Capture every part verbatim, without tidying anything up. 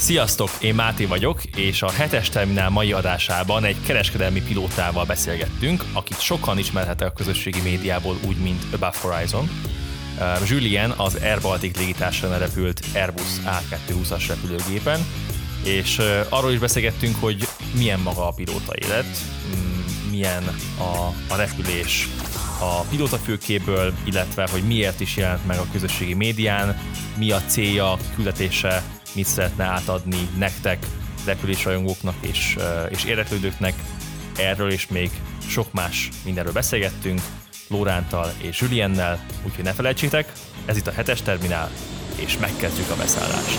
Sziasztok, én Máté vagyok, és a hetes terminál mai adásában egy kereskedelmi pilótával beszélgettünk, akit sokan ismerhetek a közösségi médiából úgy, mint Above Horizon. Uh, Julien az Air Baltic légitársaságnál repült Airbus á kétszázhúszas repülőgépen, és uh, arról is beszélgettünk, hogy milyen maga a pilóta élet, milyen a, a repülés a pilótafülkéből, illetve hogy miért is jelent meg a közösségi médián, mi a célja, küldetése, mit szeretne átadni nektek, repülésrajongóknak és, és érdeklődőknek. Erről és még sok más mindenről beszélgettünk Lóránttal és Juliennel, úgyhogy ne felejtsétek, ez itt a hetes terminál, és megkezdjük a beszállást.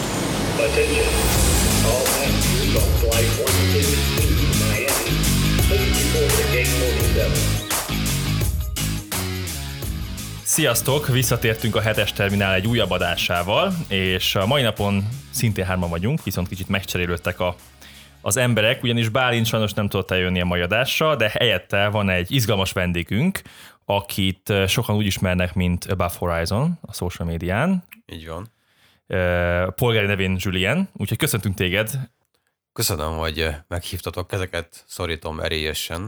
Sziasztok! Visszatértünk a hetes terminál egy újabb adásával, és a mai napon szintén hárman vagyunk, viszont kicsit megcserélődtek a, az emberek, ugyanis Bálint sajnos nem tudott eljönni a mai adásra, de helyette van egy izgalmas vendégünk, akit sokan úgy ismernek, mint Above Horizon a social médián. Így van. Polgári nevén Julien, úgyhogy köszöntünk téged. Köszönöm, hogy meghívtatok, ezeket szorítom erélyesen.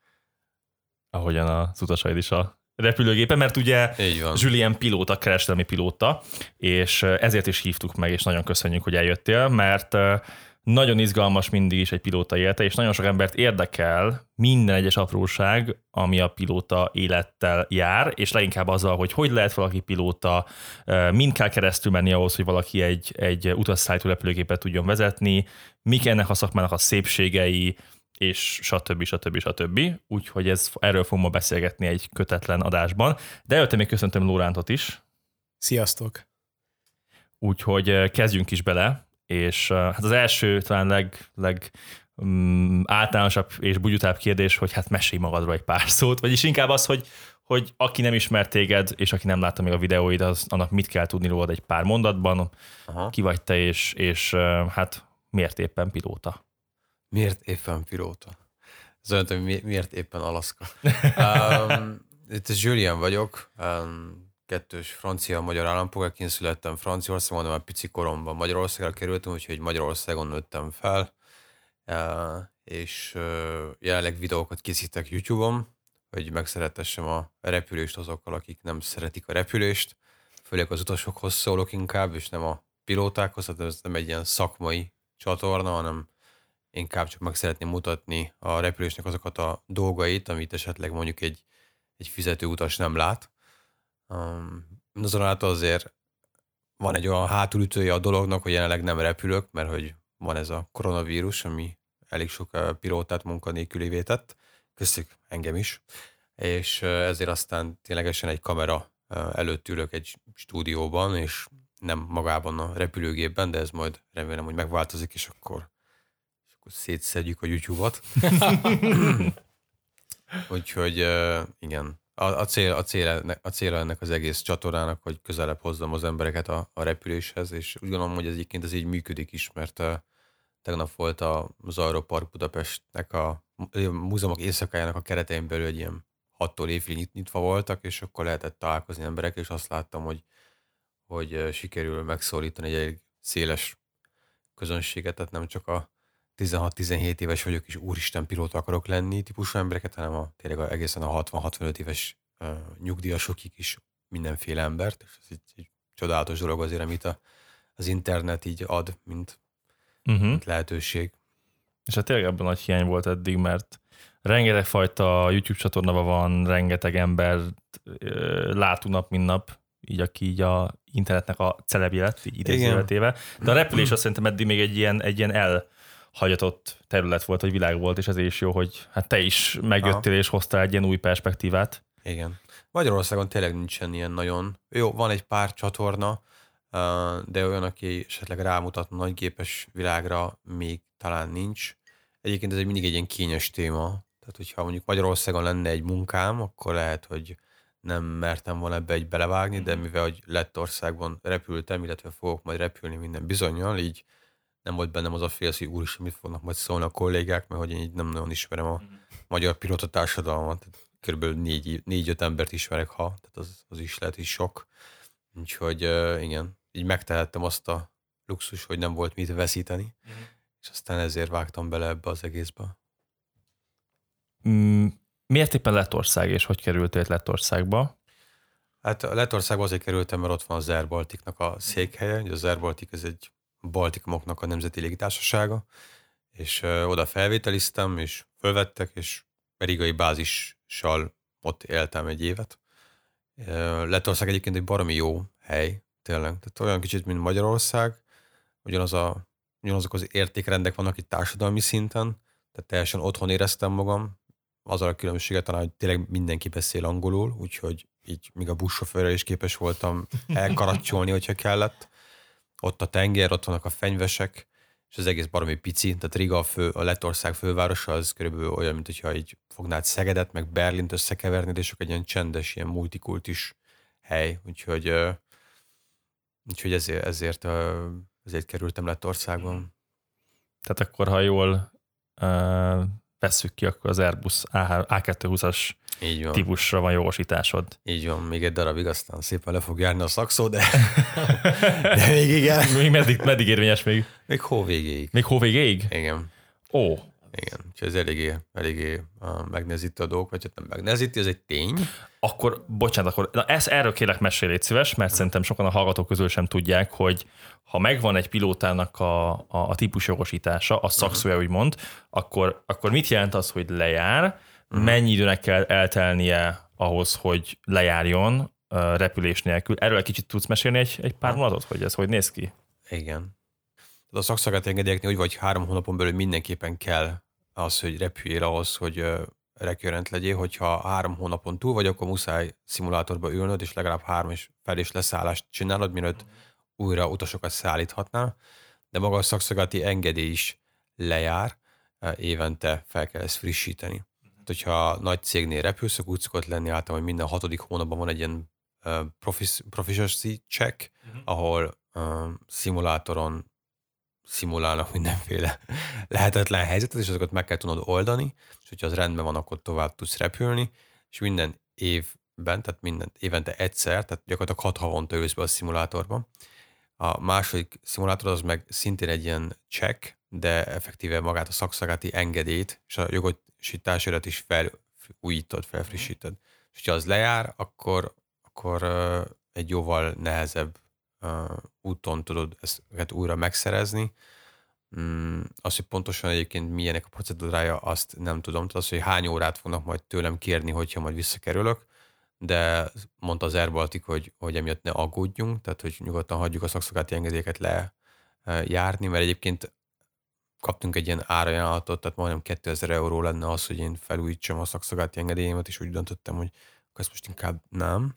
Ahogyan az utasaid is a repülőgépen, mert ugye Julien pilóta, kereskedelmi pilóta, és ezért is hívtuk meg, és nagyon köszönjük, hogy eljöttél, mert nagyon izgalmas mindig is egy pilóta élete, és nagyon sok embert érdekel minden egyes apróság, ami a pilóta élettel jár, és leginkább azzal, hogy hogy lehet valaki pilóta, mind kell keresztül menni ahhoz, hogy valaki egy, egy utasszállító repülőgépet tudjon vezetni, mik ennek a szakmának a szépségei, és stb. stb. stb. Úgyhogy ez, erről fogunk ma beszélgetni egy kötetlen adásban. De előtte még köszöntöm Lórántot is. Sziasztok! Úgyhogy kezdjünk is bele, és hát az első, talán leg, leg um, általánosabb és bugyutább kérdés, hogy hát mesélj magadról egy pár szót, vagyis inkább az, hogy, hogy aki nem ismer téged, és aki nem látta még a videóid, az, annak mit kell tudni rólad egy pár mondatban. Aha. Ki vagy te, és, és hát miért éppen pilóta? Miért éppen pilóta? Ez olyan, hogy miért éppen Alaszka. um, itt Julien vagyok, um, kettős francia-magyar állampolgárként születtem Franciaországon, de már pici koromban Magyarországra kerültem, úgyhogy Magyarországon nőttem fel, uh, és uh, jelenleg videókat készítek YouTube-on, hogy megszeretessem a repülést azokkal, akik nem szeretik a repülést, főleg az utasokhoz szólok inkább, és nem a pilótákhoz, tehát ez nem egy ilyen szakmai csatorna, hanem inkább csak meg szeretném mutatni a repülésnek azokat a dolgait, amit esetleg mondjuk egy, egy fizető utas nem lát. Um, azonáltal azért van egy olyan hátulütője a dolognak, hogy jelenleg nem repülök, mert hogy van ez a koronavírus, ami elég sok pilótát munkanélkülivé tett, köztük engem is, és ezért aztán ténylegesen egy kamera előtt ülök egy stúdióban, és nem magában a repülőgépben, de ez majd remélem, hogy megváltozik, és akkor szétszedjük a YouTube-ot. Úgyhogy uh, igen, a, a, cél, a, cél, a cél ennek az egész csatornának, hogy közelebb hozzam az embereket a, a repüléshez, és úgy gondolom, hogy ez egyébként ez így működik is, mert uh, tegnap volt az Aeropark Budapestnek a, a múzeumok éjszakájának a keretein belül egy ilyen hattól évig nyit, nyitva voltak, és akkor lehetett találkozni emberekkel, és azt láttam, hogy, hogy uh, sikerül megszólítani egy elég széles közönséget, tehát nem csak a tizenhat-tizenhét éves vagyok, és úristen pilóta akarok lenni típusú embereket, hanem a, tényleg a, egészen a hatvan-hatvanöt éves uh, nyugdíjasokig is mindenféle embert, és ez egy, egy csodálatos dolog azért, amit a, az internet így ad, mint, uh-huh. mint lehetőség. És hát tényleg ebben nagy hiány volt eddig, mert rengeteg fajta YouTube csatorna van, rengeteg ember uh, látunk nap, mint nap, így aki így a internetnek a celebje lett, így idézőletével. De a repülés azt szerintem eddig még egy ilyen, egy ilyen el hagyatott terület volt, vagy világ volt, és ezért is jó, hogy hát te is megjöttél, aha. és hoztál egy ilyen új perspektívát. Igen. Magyarországon tényleg nincsen ilyen nagyon. Jó, van egy pár csatorna, de olyan, aki esetleg rámutat nagygépes világra, még talán nincs. Egyébként ez egy mindig egy ilyen kényes téma. Tehát, hogyha mondjuk Magyarországon lenne egy munkám, akkor lehet, hogy nem mertem volna ebbe egy belevágni, de mivel hogy Lettországban repültem, illetve fogok majd repülni minden bizonnyal, így nem volt bennem az a félsz, hogy úristen, mit fognak majd szólni a kollégák, mert hogy én így nem nagyon ismerem a magyar pilóta társadalmat. Körülbelül négy, négy-öt embert ismerek, ha, tehát az, az is lehet is sok. Úgyhogy uh, igen, így megtehettem azt a luxus, hogy nem volt mit veszíteni, uh-huh. és aztán ezért vágtam bele ebbe az egészbe. Mm, miért éppen Lettország, és hogy kerültél Lettországba? Hát a Lettországba azért kerültem, mert ott van az Air Balticnak a székhelye. Az Air Baltic ez egy Baltikumoknak a nemzeti légitársasága, és ö, oda felvételiztem, és fölvettek, és rigai bázissal ott éltem egy évet. Ö, Lettország egyébként egy baromi jó hely, tényleg. Tehát olyan kicsit, mint Magyarország, ugyanaz a, ugyanazok az értékrendek vannak itt társadalmi szinten, tehát teljesen otthon éreztem magam, azzal a különbséget talán, hogy tényleg mindenki beszél angolul, úgyhogy így még a buszsofőrrel is képes voltam elkaracsolni, hogyha kellett. Ott a tenger, ott vannak a fenyvesek, és az egész baromi pici, tehát Riga, a, fő, a Lettország fővárosa, az körülbelül olyan, mint hogyha így fognád Szegedet, meg Berlint összekevernéd, és egy ilyen csendes, ilyen multikultis hely, úgyhogy, úgyhogy ezért, ezért, ezért kerültem Lettországban. Tehát akkor, ha jól uh, vesszük ki, akkor az Airbus á kétszázhúszas típusra van jogosításod. Így van, még egy darabig, aztán szépen le fog járni a szakszó, de, de még igen. Még meddig, meddig érvényes még? Még hó végéig. Még hó végéig? Igen. Ó. Igen, úgyhogy ez eléggé, eléggé uh, megnehezíti a dolgok, vagy hát nem megnehezíti, ez egy tény. Akkor, bocsánat, akkor na ezt, erről kérlek mesélj, légy szíves, mert hmm. szerintem sokan a hallgatók közül sem tudják, hogy ha megvan egy pilótának a, a, a típusjogosítása, a szakszója hmm. úgymond, akkor, akkor mit jelent az, hogy lejár, hmm. mennyi időnek kell eltelnie ahhoz, hogy lejárjon uh, repülés nélkül. Erről egy kicsit tudsz mesélni egy, egy pár mondatot, hogy ez hogy néz ki? Igen. A szakszolgálati engedélyeknél úgy vagy három hónapon belül mindenképpen kell az, hogy repüljél ahhoz, hogy uh, recurrent legyél, hogyha három hónapon túl vagy, akkor muszáj szimulátorba ülnöd, és legalább három és fel- és leszállást csinálod, mielőtt újra utasokat szállíthatnál. De maga a szakszolgálati engedély is lejár, uh, évente fel kell ezt frissíteni. Tehát, hogyha nagy cégnél repülsz, akkor úgy szokott lenni általában, hogy minden hatodik hónapban van egy ilyen uh, proficiency check, uh-huh. ahol uh, szimulátoron szimulálnak mindenféle lehetetlen helyzetet, és azokat meg kell tudnod oldani, és hogyha az rendben van, akkor tovább tudsz repülni, és minden évben, tehát minden évente egyszer, tehát gyakorlatilag hat havonta ülsz be a szimulátorban. A második szimulátor az meg szintén egy ilyen check, de effektíve magát a szakszolgálati engedélyt és a jogosításodat is felújítod, felfrissíted. És hogyha az lejár, akkor, akkor uh, egy jóval nehezebb Uh, úton tudod ezt újra megszerezni. Mm, azt, hogy pontosan egyébként milyenek a procedúrája, azt nem tudom. Tehát az, hogy hány órát fognak majd tőlem kérni, hogyha majd visszakerülök, de mondta az Air Baltic, hogy, hogy emiatt ne aggódjunk, tehát hogy nyugodtan hagyjuk a szakszolgálati engedélyeket lejárni, mert egyébként kaptunk egy ilyen árajánlatot, tehát majdnem kétezer euró lenne az, hogy én felújítsam a szakszolgálati engedélyemet, és úgy döntöttem, hogy ezt most inkább nem.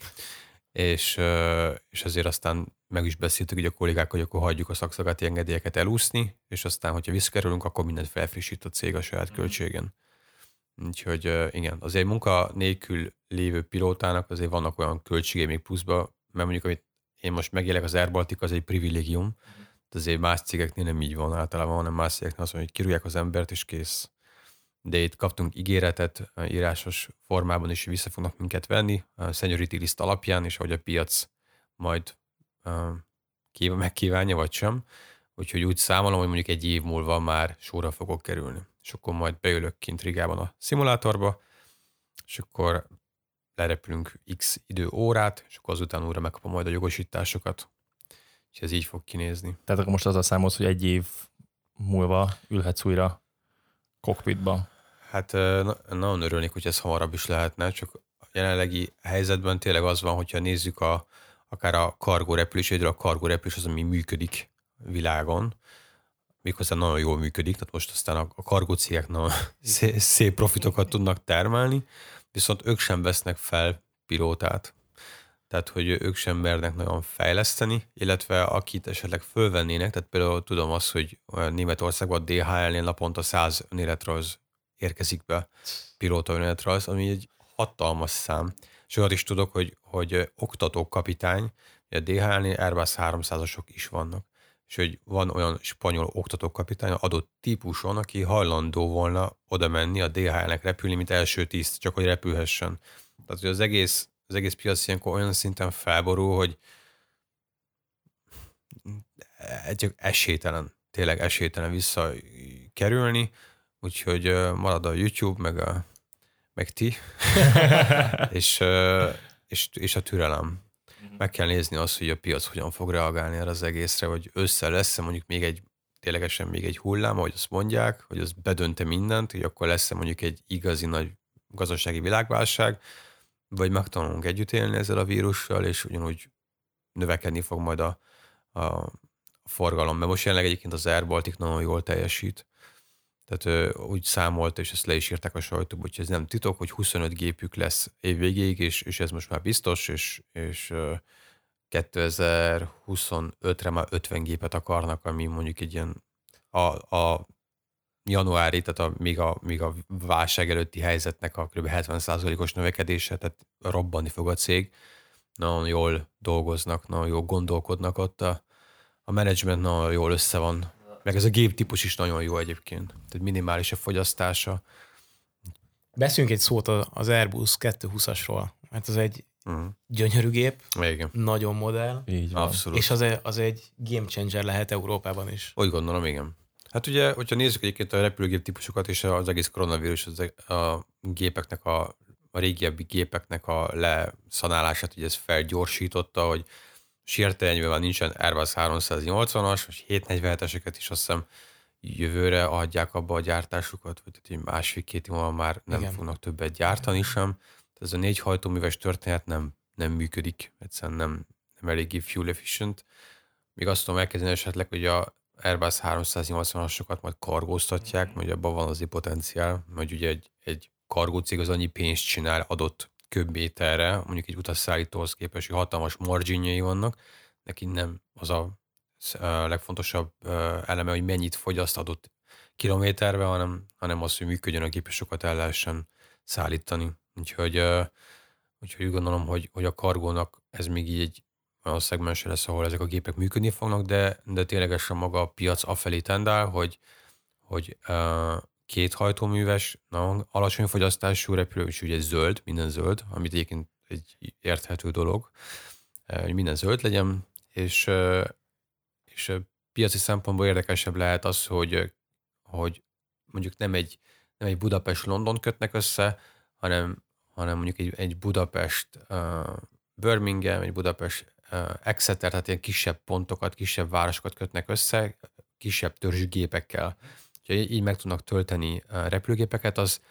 És, és ezért aztán meg is beszéltük így a kollégák, hogy akkor hagyjuk a szakszolgálati engedélyeket elúszni, és aztán, hogyha visszakerülünk, akkor mindent felfrissít a cég a saját költségen. Úgyhogy igen, azért munka nélkül lévő pilótának azért vannak olyan költségei még pluszba, mert mondjuk, amit én most megélek, az Air Baltic, az egy privilégium, azért más cégeknél nem így van általában, hanem más cégeknél azt mondja, hogy kirúgják az embert, és kész. De itt kaptunk ígéretet írásos formában is, vissza fognak minket venni a seniority list alapján, és ahogy a piac majd uh, megkívánja, vagy sem. Úgyhogy úgy számolom, hogy mondjuk egy év múlva már sorra fogok kerülni. És akkor majd beülök kint Rigában a szimulátorba, és akkor lerepülünk x idő órát, és akkor azután újra megkapom majd a jogosításokat. És ez így fog kinézni. Tehát akkor most azzal számolsz, hogy egy év múlva ülhetsz újra kokpitba. Hát na, nagyon örülnék, hogy ez hamarabb is lehetne, csak a jelenlegi helyzetben tényleg az van, hogyha nézzük a, akár a kargó repülés, a kargó repülés az, ami működik világon, méghozzá nagyon jól működik, tehát most aztán a, a kargó cégek nagyon szép, szép profitokat tudnak termelni, viszont ők sem vesznek fel pilótát. Tehát, hogy ők sem mernek nagyon fejleszteni, illetve akit esetleg fölvennének, tehát például tudom azt, hogy Németországban a dé há el-nél naponta száz önéletrajz érkezik be, pilóta önéletrajz, ami egy hatalmas szám. És olyat is tudok, hogy, hogy oktatókapitány, a dé há el-nél Airbus háromszázasok is vannak, és hogy van olyan spanyol oktatókapitány adott típuson, aki hajlandó volna oda menni a dé há el-nek repülni, mint első tiszt, csak hogy repülhessen. Tehát, hogy az egész az egész piac ilyenkor olyan szinten felborul, hogy csak esélytelen, tényleg esélytelen visszakerülni, úgyhogy marad a YouTube, meg, a, meg ti, és, és, és a türelem. Meg kell nézni azt, hogy a piac hogyan fog reagálni erre az egészre, hogy össze lesz-e mondjuk még egy, ténylegesen még egy hullám, ahogy azt mondják, hogy az bedönte mindent, hogy akkor lesz-e mondjuk egy igazi nagy gazdasági világválság, vagy megtanulunk együtt élni ezzel a vírussal, és ugyanúgy növekedni fog majd a, a, a forgalom. Mert most jelenleg egyébként az Air Baltic nagyon jól teljesít. Tehát ö, úgy számolt, és ezt le is írták a sajtóba, hogy ez nem titok, hogy huszonöt gépük lesz év végéig, és, és ez most már biztos, és, és ö, kétezer-huszonötre már ötven gépet akarnak, ami mondjuk egy ilyen a, a januári, tehát a, még, a, még a válság előtti helyzetnek a kb. hetven százalékos növekedése, tehát robbanni fog a cég. Nagyon jól dolgoznak, nagyon jól gondolkodnak ott, a, a menedzsment nagyon jól össze van, meg ez a géptípus is nagyon jó egyébként, tehát minimális a fogyasztása. Beszéljünk egy szót az Airbus kétszázhúszasról, mert az egy uh-huh. gyönyörű gép, igen. nagyon modell, így van. Abszolút. És az, az egy game changer lehet Európában is. Úgy gondolom, igen. Hát ugye, hogyha nézzük egyébként a repülőgép típusokat és az egész koronavírus, az a gépeknek, a, a régiebbi gépeknek a leszanálását, ugye ez felgyorsította, hogy sértelemben már nincsen Airbus háromszáznyolcvanas, vagy hétszáznegyvenheteseket is azt hiszem jövőre adják abba a gyártásukat, vagy tehát másfél-két év múlva már nem igen. fognak többet gyártani sem. Tehát ez a négy hajtóműves történet nem, nem működik, egyszerűen nem, nem eléggé fuel efficient. Még azt tudom elkezdeni esetleg, hogy a Airbus háromszáznyolcvanasokat majd kargóztatják, mert abban van azért potenciál, hogy ugye egy, egy kargócég az annyi pénzt csinál adott köbméterre, mondjuk egy utasszállítóhoz képest, hogy hatalmas marginjai vannak, neki nem az a legfontosabb eleme, hogy mennyit fogyaszt adott kilométerbe, hanem, hanem az, hogy működjön a gép, és sokat el lehessen szállítani. Úgyhogy, úgyhogy úgy gondolom, hogy, hogy a kargónak ez még így egy olyan szegmense lesz, ahol ezek a gépek működni fognak, de, de ténylegesen maga a piac afelé tendál, hogy, hogy uh, két hajtóműves, nagyon alacsony fogyasztású repülő, és ugye zöld, minden zöld, amit egyébként egy érthető dolog, uh, hogy minden zöld legyen, és, uh, és uh, piaci szempontból érdekesebb lehet az, hogy, hogy mondjuk nem egy, nem egy Budapest-London kötnek össze, hanem, hanem mondjuk egy, egy Budapest uh, Birmingham, egy Budapest uh, Exeter, tehát ilyen kisebb pontokat, kisebb városokat kötnek össze, kisebb törzsű gépekkel. Úgyhogy így meg tudnak tölteni uh, repülőgépeket, az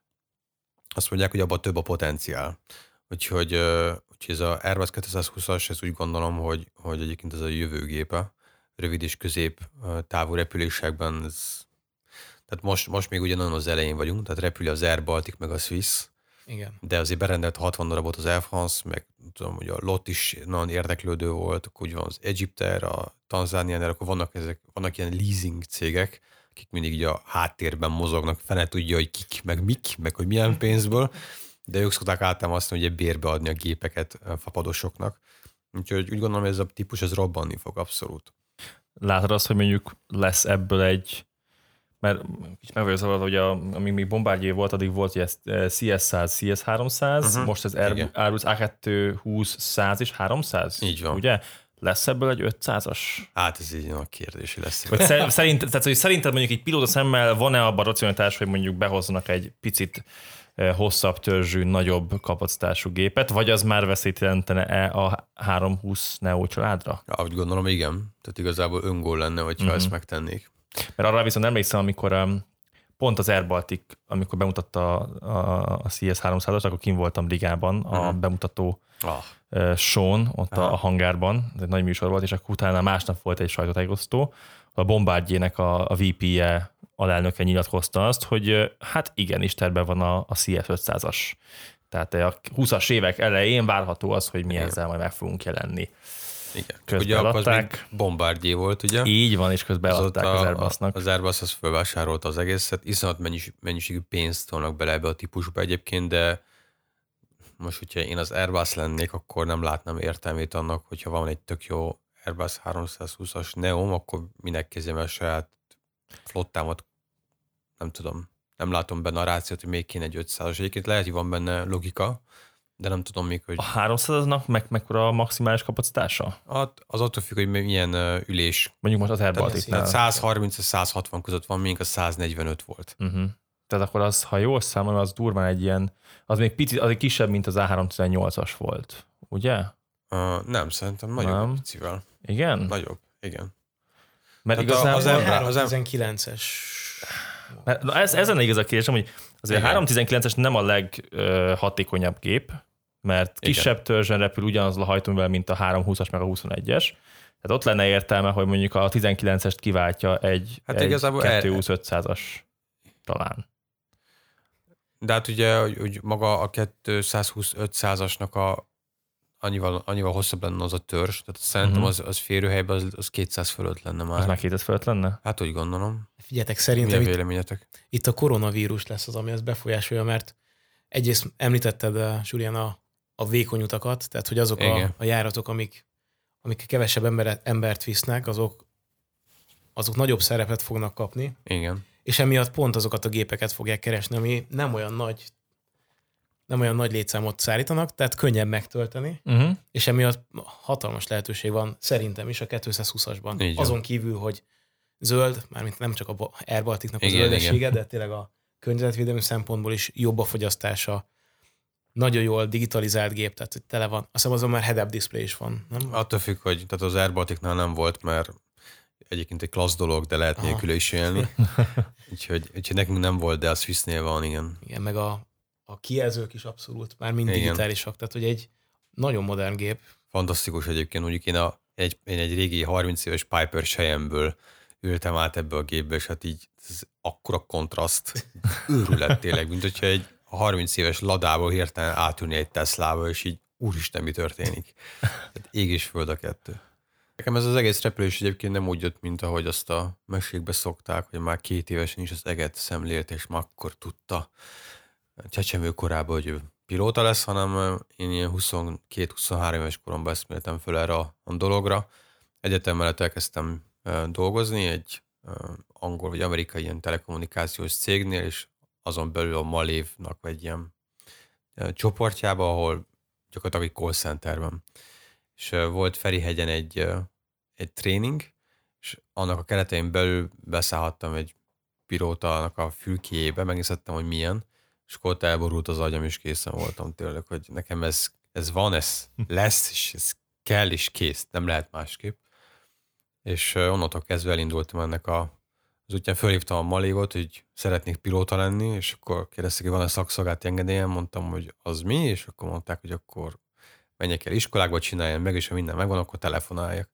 azt mondják, hogy abban több a potenciál. Úgyhogy, uh, úgyhogy ez a Airbus kétszázhúszas, ez úgy gondolom, hogy, hogy egyébként ez a jövőgépe, rövid és közép uh, távú repülésekben. Ez, tehát most, most még ugye nagyon az elején vagyunk, tehát repül az Air Baltic meg a Swiss, igen. De azért berendelt hatvan darabot az Air France, meg tudom, hogy a LOT is nagyon érdeklődő volt, akkor úgy van az Egyipter, a Tanzániánál, akkor vannak, ezek, vannak ilyen leasing cégek, akik mindig így a háttérben mozognak, fene tudja, hogy kik, meg mik, meg hogy milyen pénzből, de ők szokták általában azt mondani, hogy bérbe adni a gépeket a fapadosoknak. Úgyhogy úgy gondolom, hogy ez a típus, ez robbanni fog abszolút. Látod azt, hogy mondjuk lesz ebből egy, mert kicsit meg vagyok zavarva, hogy a, amíg még Bombardier volt, addig volt ilyen C S száz, C S háromszáz, uh-huh. most az Airbus A kétszázhúsz, száz és háromszáz. Így van. Ugye? Lesz ebből egy ötszázas? Hát ez így a kérdési lesz. Szerint, tehát, hogy szerinted mondjuk egy pilóta szemmel van-e abban racionalitás, hogy mondjuk behoznak egy picit hosszabb törzsű, nagyobb kapacitású gépet, vagy az már veszélyt jelentene-e a háromszázhúsz Neo családra? Ja, úgy gondolom, igen. Tehát igazából öngól lenne, hogyha uh-huh. ezt megtennék. Mert arra viszont emlékszem, amikor um, pont az Air Baltic, amikor bemutatta a, a C S háromszázast, akkor kint voltam Rigában, a uh-huh. bemutató ah. uh, show-n, ott ah. a, a hangárban, ez egy nagy műsor volt, és akkor utána másnap volt egy sajtótájékoztató, a Bombardiernek a, a vé pé-je, alelnöke nyilatkozta azt, hogy hát igenis terben van a, a C S ötszázas. Tehát a húszas évek elején várható az, hogy mi igen. ezzel majd meg fogunk jelenni. Igen. Ugye akkor az még Bombardier volt, ugye? Így van, és közben adták az Airbusnak. Az Airbus az fölvásárolta az egészet, iszonyat mennyis, mennyiségű pénzt tolnak bele ebbe a típusba egyébként, de most, hogyha én az Airbus lennék, akkor nem látnám értelmét annak, hogyha van egy tök jó Airbus háromszázhúszas Neom, akkor minek kezdjem el saját flottámat, nem tudom, nem látom benne a rációt, hogy még kéne egy ötszázas. Egyébként lehet, hogy van benne logika, de nem tudom még, hogy... A háromszáznak meg mekkora a maximális kapacitása? Az attól függ, hogy milyen ülés. Mondjuk most az Air Baltic-nál. száz harminc és száz hatvan között van, még a száz negyvenöt volt. Uh-huh. Tehát akkor az, ha jól számolom, az durván egy ilyen, az még picit, az egy kisebb, mint az á háromszáztizennyolcas volt, ugye? Uh, nem, szerintem nagyobb nem. Picivel. Igen? Nagyobb, igen. Mert igazából az, az, az háromszáztizenkilences. Na ez, ezen igaz a kérdésem, hogy azért a háromszáztizenkilences nem a leghatékonyabb gép, mert kisebb igen. törzsen repül ugyanazzal a hajtóművel, mint a háromszázhúszas meg a huszonegyes. Tehát ott lenne értelme, hogy mondjuk a tizenkilencest kiváltja egy, hát egy kétszázhúsz-ötszázas talán. De hát ugye, hogy maga a kétszázhúsz-ötszázasnak a annyival, annyival hosszabb lenne az a törzs, tehát szerintem uh-huh. az, az férőhelyben az, az kétszáz fölött lenne már. Az már kétszáz fölött lenne? Hát úgy gondolom. Figyeljetek, szerintem milyen véleményetek? Itt, itt a koronavírus lesz az, ami ezt befolyásolja, mert egyrészt említetted, Julian, a, a vékony utakat, tehát hogy azok a, a járatok, amik, amik kevesebb embert, embert visznek, azok, azok nagyobb szerepet fognak kapni. Igen. És emiatt pont azokat a gépeket fogják keresni, ami nem olyan nagy nem olyan nagy létszámot szállítanak, tehát könnyebb megtölteni, uh-huh. és emiatt hatalmas lehetőség van szerintem is a kétszázhúszasban. Igen. Azon kívül, hogy zöld, mármint nem csak a Air Balticnak a zöldessége, de tényleg a környezetvédelmi szempontból is jobb a fogyasztása. Nagyon jól digitalizált gép, tehát tele van. Azt hiszem azon már head-up display is van, nem? Attól függ, hogy tehát az Air Balticnál nem volt, mert egyébként egy klassz dolog, de lehet nélkül is élni. úgyhogy, úgyhogy nekünk nem volt, de a Swissnél van, igen. Igen, meg a A kijelzők is abszolút, már mind igen. digitálisak, tehát hogy egy nagyon modern gép. Fantasztikus egyébként, mondjuk én, a, egy, én egy régi harminc éves Piper selyemből ültem át ebbe a gépbe, és hát így ez akkora kontraszt, őrület tényleg, mint hogyha egy harminc éves Ladából hirtelen átülni egy Teslába, és így úristen, mi történik. Tehát ég és föld a kettő. Nekem ez az egész repülés egyébként nem úgy jött, mint ahogy azt a mesékbe szokták, hogy már két évesen is az eget szemlélt, és már akkor tudta csecsemő korában, hogy ő pilóta lesz, hanem én ilyen huszonkét-huszonhárom éves koromban eszméltem föl erre a dologra. Egyetem mellett elkezdtem dolgozni egy angol vagy amerikai ilyen telekommunikációs cégnél, és azon belül a Malévnak egy ilyen csoportjában, ahol gyakorlatilag egy call centerben. És volt Ferihegyen egy, egy tréning, és annak a keretein belül beszállhattam egy pilótának a fülkéjébe, megnézhettem, hogy milyen, és akkor ott elborult az agyam, és készen voltam tényleg, hogy nekem ez, ez van, ez lesz, és ez kell, és kész, nem lehet másképp. És onnantól kezdve elindultam ennek a, az útján fölhívtam a Malévot, hogy szeretnék pilóta lenni, és akkor kérdezték, hogy van-e szakszolgálati engedélyem, mondtam, hogy az mi, és akkor mondták, hogy akkor menjek el iskolákba, csináljam meg, és ha minden megvan, akkor telefonáljak.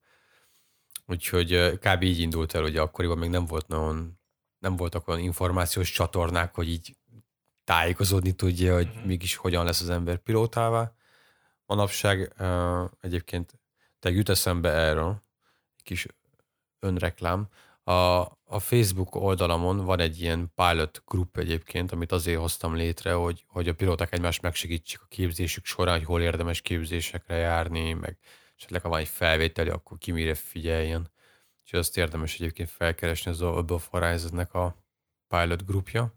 Úgyhogy kb. Így indult el, hogy akkoriban még nem volt nagyon, nem voltak olyan információs csatornák, hogy így tájékozódni tudja, hogy mm-hmm. mégis hogyan lesz az ember pilótává. Manapság uh, egyébként te jut eszembe erről, egy kis önreklám. A, a Facebook oldalamon van egy ilyen pilot group egyébként, amit azért hoztam létre, hogy, hogy a pilóták egymást megsegítsék a képzésük során, hogy hol érdemes képzésekre járni, meg esetleg ha van egy felvételi, akkor ki mire figyeljen. És azt érdemes egyébként felkeresni, az Above Horizon-nek a pilot groupja.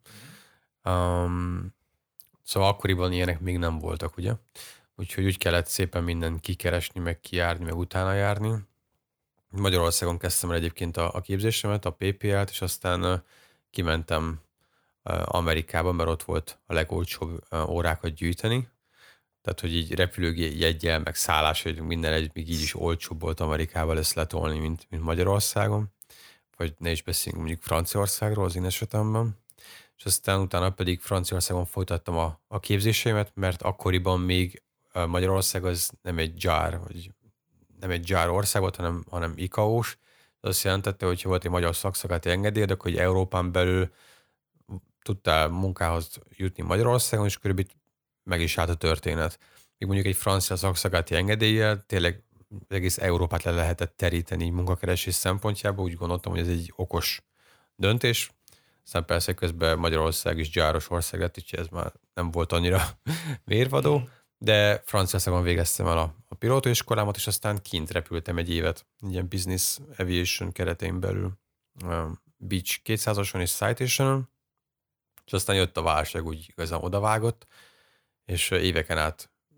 Um, szóval akkoriban ilyenek még nem voltak, ugye? Úgyhogy úgy kellett szépen minden kikeresni, meg kijárni, meg utána járni. Magyarországon kezdtem el egyébként a, a képzésemet, a pé pé el-t, és aztán uh, kimentem uh, Amerikába, mert ott volt a legolcsóbb uh, órákat gyűjteni. Tehát, hogy így repülőjeggyel, meg szállás, hogy minden egy, még így is olcsóbb volt Amerikába lesz letolni, mint, mint Magyarországon. Vagy ne is beszéljünk mondjuk Franciaországról az én esetemben. És aztán utána pedig Franciaországon folytattam a, a képzéseimet, mert akkoriban még Magyarország az nem egy dzsár, vagy nem egy dzsár ország volt, hanem, hanem i ká ó-s. Ez azt jelentette, hogy volt egy magyar szakszolgálati engedélyed, akkor hogy Európán belül tudtál munkához jutni Magyarországon, és körülbelül meg is állt a történet. Még mondjuk egy francia szakszolgálati engedéllyel tényleg egész Európát le lehetett teríteni munkakeresés szempontjából. Úgy gondoltam, hogy ez egy okos döntés. Aztán persze közben Magyarország is gyáros ország lett, úgyhogy ez már nem volt annyira mérvadó, de Franciaországban végeztem el a, a pilótaiskolámat, és aztán kint repültem egy évet, ilyen business aviation keretein belül, Beach kétszázason és Citation-on, és aztán jött a válság, úgy igazán odavágott, és éveken át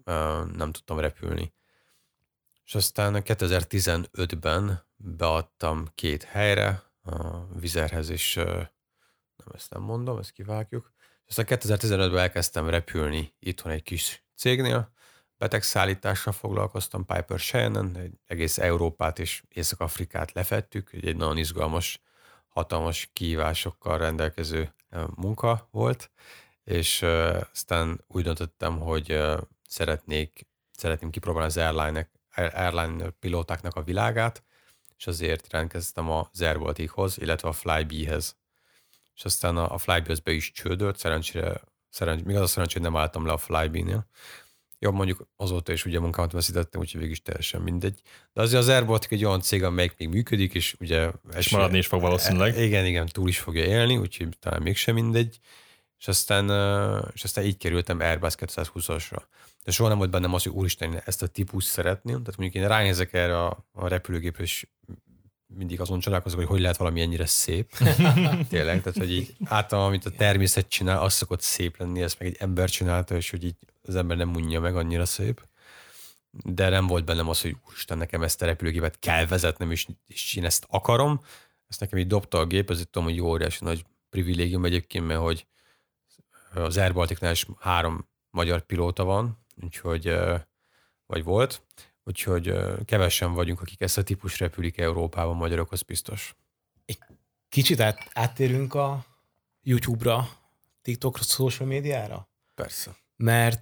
nem tudtam repülni. És aztán kétezer-tizenötben beadtam két helyre, a Vizerhez is, nem ezt nem mondom, ezt kivágjuk. És aztán kétezer-tizenötben elkezdtem repülni itthon egy kis cégnél, betegszállítással foglalkoztam Piper Cheyenne-en, egész Európát és Észak-Afrikát lefettük, egy nagyon izgalmas, hatalmas kihívásokkal rendelkező munka volt, és aztán úgy döntöttem, hogy szeretnék, szeretném kipróbálni az airline, airline pilótáknak a világát, és azért jelentkeztem az AirBaltic-hoz, illetve a Flybe-hez. És aztán a, a Flybe az be is csődölt, szerencsére, szerencs, még az a szerencsé, hogy nem álltam le a Flybe-nél. Jobb, mondjuk azóta is ugye munkámat veszítettem, úgyhogy végig is teljesen mindegy. De azért az AirBaltic egy olyan cég, amelyik még működik, és ugye... És maradni is fog valószínűleg. Igen, igen, túl is fogja élni, úgyhogy talán mégsem mindegy. És aztán, és aztán így kerültem Airbus kétszázhúszasra. De soha nem volt bennem az, hogy úristen, ezt a típus szeretném. Tehát mondjuk én ránézek erre a, a repülőgépre, és mindig azon csodálkozok, hogy hogy lehet valami ennyire szép. Tényleg, tehát hogy így általában, amit a természet csinál, az szokott szép lenni, ezt meg egy ember csinálta, és hogy így az ember nem unja meg, annyira szép. De nem volt bennem az, hogy úristen, nekem ezt a repülőgépet kell vezetnem, és, és én ezt akarom. Ezt nekem így dobta a gép, ez itt tudom, hogy jó óriási nagy privilégium egyébként, mert hogy az AirBalticnál is három magyar pilóta van, úgyhogy, vagy volt, úgyhogy kevesen vagyunk, akik ezt a típus repülik Európában, magyarok, az biztos. Egy kicsit át, áttérünk a YouTube-ra, TikTokra, social médiára? Persze. Mert,